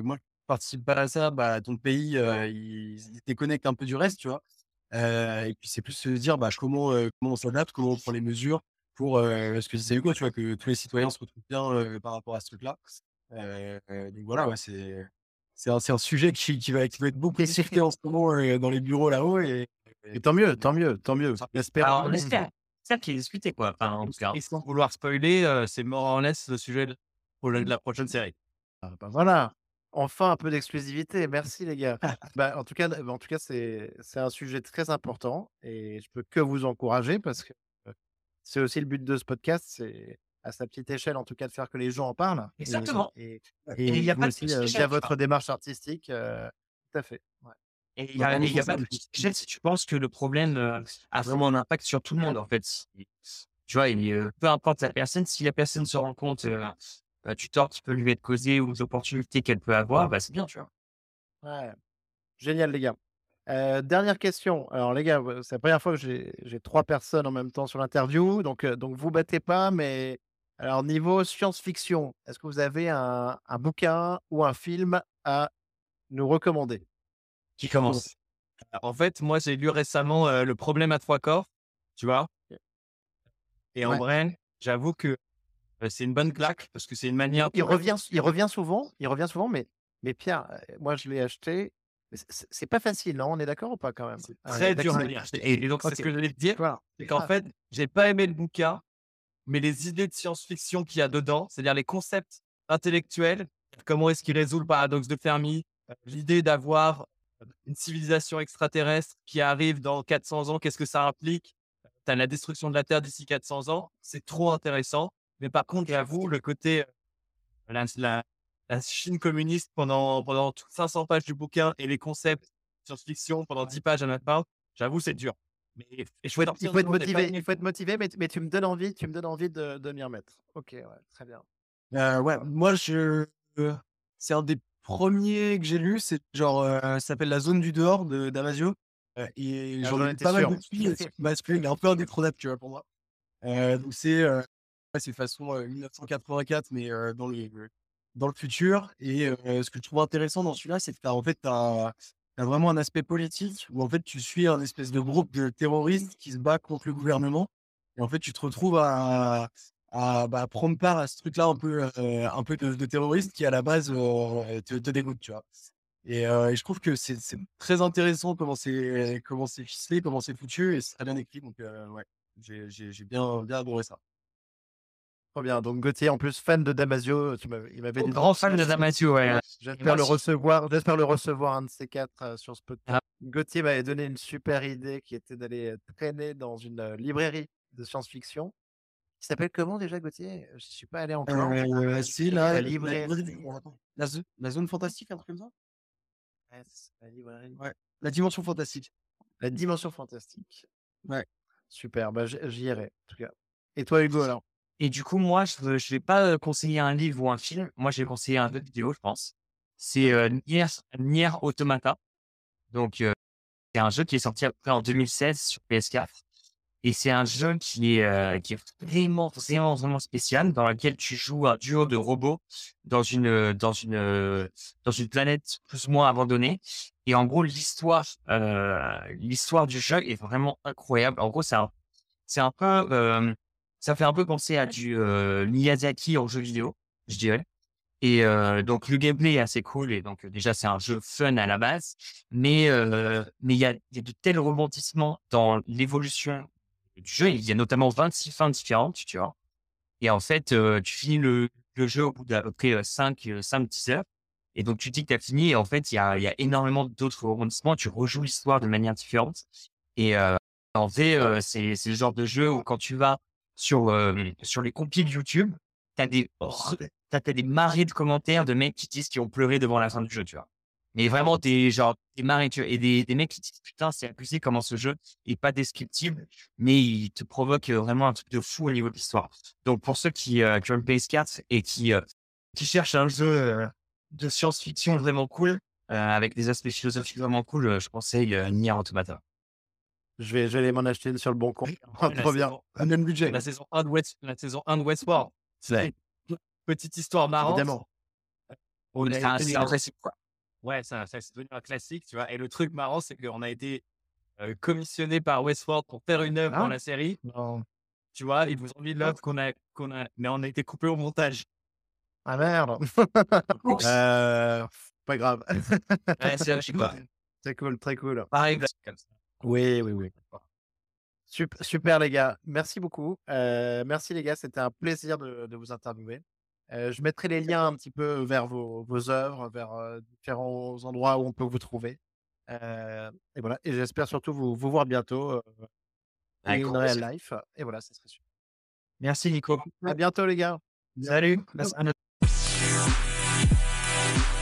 participes pas à ça, bah, ton pays, heu, il il se déconnecte un peu du reste, tu vois? Heu et puis c'est plus se dire, bah, comment, heu, comment on s'adapte, comment on prend les mesures pour, heu, ce que disait Hugo, tu vois? Que tous les citoyens se retrouvent bien, heu, par rapport à ce truc-là. Heu, donc voilà, ouais, c'est c'est un c'est un sujet qui qui va qui va être beaucoup Et c'est discuté en ce moment, heu, dans les bureaux là-haut et et et tant mieux, tant mieux, tant mieux. ça Espérons. Alors, on espère. C'est ça qui est discuté, quoi. Enfin, en tout cas. Et sans vouloir spoiler, heu, c'est mort en laisse le sujet de pour le de la prochaine série. Ah bah, voilà, enfin un peu d'exclusivité. Merci les gars. Bah, en tout cas en tout cas, c'est c'est un sujet très important et je peux que vous encourager parce que, heu, c'est aussi le but de ce podcast, c'est à sa petite échelle, en tout cas, de faire que les gens en parlent et Exactement. et Et il et y a vous pas de aussi, petite heu, échelle, via tu vois? votre démarche artistique, heu, tout à fait, ouais. Et il y donc a on et est il y a pour ça. pas de petite échelle si tu penses que le problème, heu, a vraiment un impact sur tout le monde, en fait. Si tu vois, il, heu, peu importe la personne, si la personne se rend compte, heu, bah, du tort qui peut lui être causé ou des opportunités qu'elle peut avoir, bah, c'est bien, tu vois? Ouais, génial les gars. Heu, dernière question. Alors les gars, heu, c'est la première fois que j'ai j'ai trois personnes en même temps sur l'interview, donc heu, donc vous battez pas, mais alors niveau science-fiction, est-ce que vous avez un un bouquin ou un film à nous recommander? Qui commence? En fait, moi, j'ai lu récemment, heu, Le Problème à trois corps, tu vois? Et en Ouais. vrai, j'avoue que, heu, c'est une bonne claque parce que c'est une manière Il revient il revient souvent il revient souvent, mais mais Pierre, heu, moi je l'ai acheté, mais c'est c'est c'est pas facile, non? On est d'accord ou pas quand même? c'est Heu, très dur à d'accès lire et et donc c'est ce OK, que j'allais te dire, voilà. c'est qu'en Ah, fait, j'ai pas aimé le bouquin, mais les idées de science-fiction qu'il y a dedans, c'est-à-dire les concepts intellectuels, comment est-ce qu'il résout le paradoxe de Fermi, heu, l'idée d'avoir, heu, une civilisation extraterrestre qui arrive dans quatre cents ans, qu'est-ce que ça implique? Tu as la destruction de la Terre d'ici quatre cents ans, c'est trop intéressant. Mais par contre, j'avoue, le côté, heu, la la la Chine communiste pendant pendant tout cinq cents pages du bouquin et les concepts science-fiction pendant dix pages à la fin, j'avoue, c'est dur. Mais et je faut suis être il sorti en faut être disant: «J'ai pas motivé il aimé». faut être motivé, mais mais tu me donnes envie tu me donnes envie de de m'y remettre. OK, ouais, très bien. Heu, ouais, moi je heu, c'est un des premiers que j'ai lu, c'est genre, heu, ça s'appelle La zone du dehors de Damasio, heu et Ah, j'en j'en ai lu étais pas mal sûr. depuis parce qu'il est un peu indétrônable, tu vois, pour moi. Heu, donc c'est, heu, ouais, c'est façon, heu, mille neuf cent quatre-vingt-quatre mais heu, dans le dans le futur et heu, ce que je trouve intéressant dans celui-là, c'est que tu as en fait, tu as vraiment un aspect politique où en fait, tu suis un espèce de groupe de terroristes qui se bat contre le gouvernement et en fait, tu te retrouves à à, bah, prendre part à ce truc-là un peu, heu, un peu de de terroriste qui à la base, heu, te te dégoûte, tu vois? Et heu et je trouve que c'est c'est très intéressant comment c'est comment c'est ficelé, comment c'est foutu et c'est très bien écrit donc heu, ouais, j'ai j'ai j'ai bien bien adoré ça. Trop bien, donc Gauthier, en plus fan de Damasio, tu m'avais il m'avait dit Grand fan de Damasio, ouais. ouais, Et j'espère moi le aussi. recevoir j'espère le recevoir un de ces quatre, heu, sur ce podcast. Ah, Gauthier m'avait donné une super idée qui était d'aller, heu, traîner dans une, heu, librairie de science-fiction. Qui s'appelle comment déjà Gauthier? Je suis pas allé encore. Heu, c'est la La la librairie, la zo la zone fantastique, un truc comme ça? ouais, c'est la librairie, Ouais, la dimension fantastique. La Dimension Fantastique. Ouais. Super, bah, j'y j'y irai, en tout cas. Et toi Hugo alors? et du coup, moi, je ne vais pas, heu, conseiller un livre ou un film. Moi, je vais conseiller un jeu vidéo, je pense. C'est, heu, Nier Nier Automata. Donc, heu, c'est un jeu qui est sorti à peu près en deux mille seize sur P S quatre et c'est un jeu qui est, heu, qui est vraiment, vraiment, vraiment spécial dans lequel tu joues un duo de robots dans une, heu, dans une, heu, dans une planète plus ou moins abandonnée et en gros, l'histoire, heu, l'histoire du jeu est vraiment incroyable. En gros, c'est un c'est un peu, hem, ça fait un peu penser à du, heu, Miyazaki en jeu vidéo, je dirais. Et heu, donc le gameplay est assez cool et donc, heu, déjà c'est un jeu fun à la base, mais heu, mais il y a il y a de tels rebondissements dans l'évolution du jeu. Il y a notamment vingt-six fins différentes, tu vois? Et en fait, heu, tu finis le le jeu au bout d'à peu près, heu, cinq, heu, cinq dix heures et donc tu dis que tu as fini et en fait, il y a il y a énormément d'autres rebondissements. Tu rejoues l'histoire de manière différente et heu, en vrai, heu, c'est c'est le genre de jeu où quand tu vas sur, hem, sur les compiles YouTube, tu as des re tu as des marées de commentaires de mecs qui disent qu'ils ont pleuré devant la fin du jeu, tu vois? Mais vraiment des genre des marées, tu vois? Et des des mecs qui disent: «Putain, c'est abusé comment ce jeu est pas descriptible, mais il te provoque, heu, vraiment un truc de fou au niveau de l'histoire». Donc pour ceux qui, heu, qui ont une P S quatre et qui, heu, qui cherchent un jeu, heu, de science-fiction vraiment cool, heu, avec des aspects philosophiques vraiment cool, heu, je conseille, heu, Nier Automata. Je vais je vais aller m'en acheter une sur le bon coin. Ouais, la Trop bien. saison Un même budget. la saison un de West la saison un de Westworld. Ouais. C'est petite histoire marrante. Évidemment. On C'est un a c'est un vrai cycle, quoi. Ouais, ça, ça c'est devenu un classique, tu vois. Et le truc marrant, c'est qu'on a été euh, commissionné par Westworld pour faire une œuvre dans Ah, la série. non. Tu vois, ils vous ont mis l'œuvre qu'on a, qu'on a, mais on a été coupé au montage. Ah merde. Oups. Euh, pas grave. Ouais, c'est un quoi. C'est cool, très cool. Pareil, comme ça. Oui, oui, oui. Sup- Super, les gars. Merci beaucoup. Euh, merci les gars, c'était un plaisir de, de vous interviewer. Euh, je mettrai les liens un petit peu vers vos, vos œuvres, vers euh, différents endroits où on peut vous trouver. Euh, et voilà. Et j'espère surtout vous, vous voir bientôt euh, Avec in grand real plaisir. life. Et voilà, ce serait super. Merci, Nico. À bientôt les gars. Salut. Merci.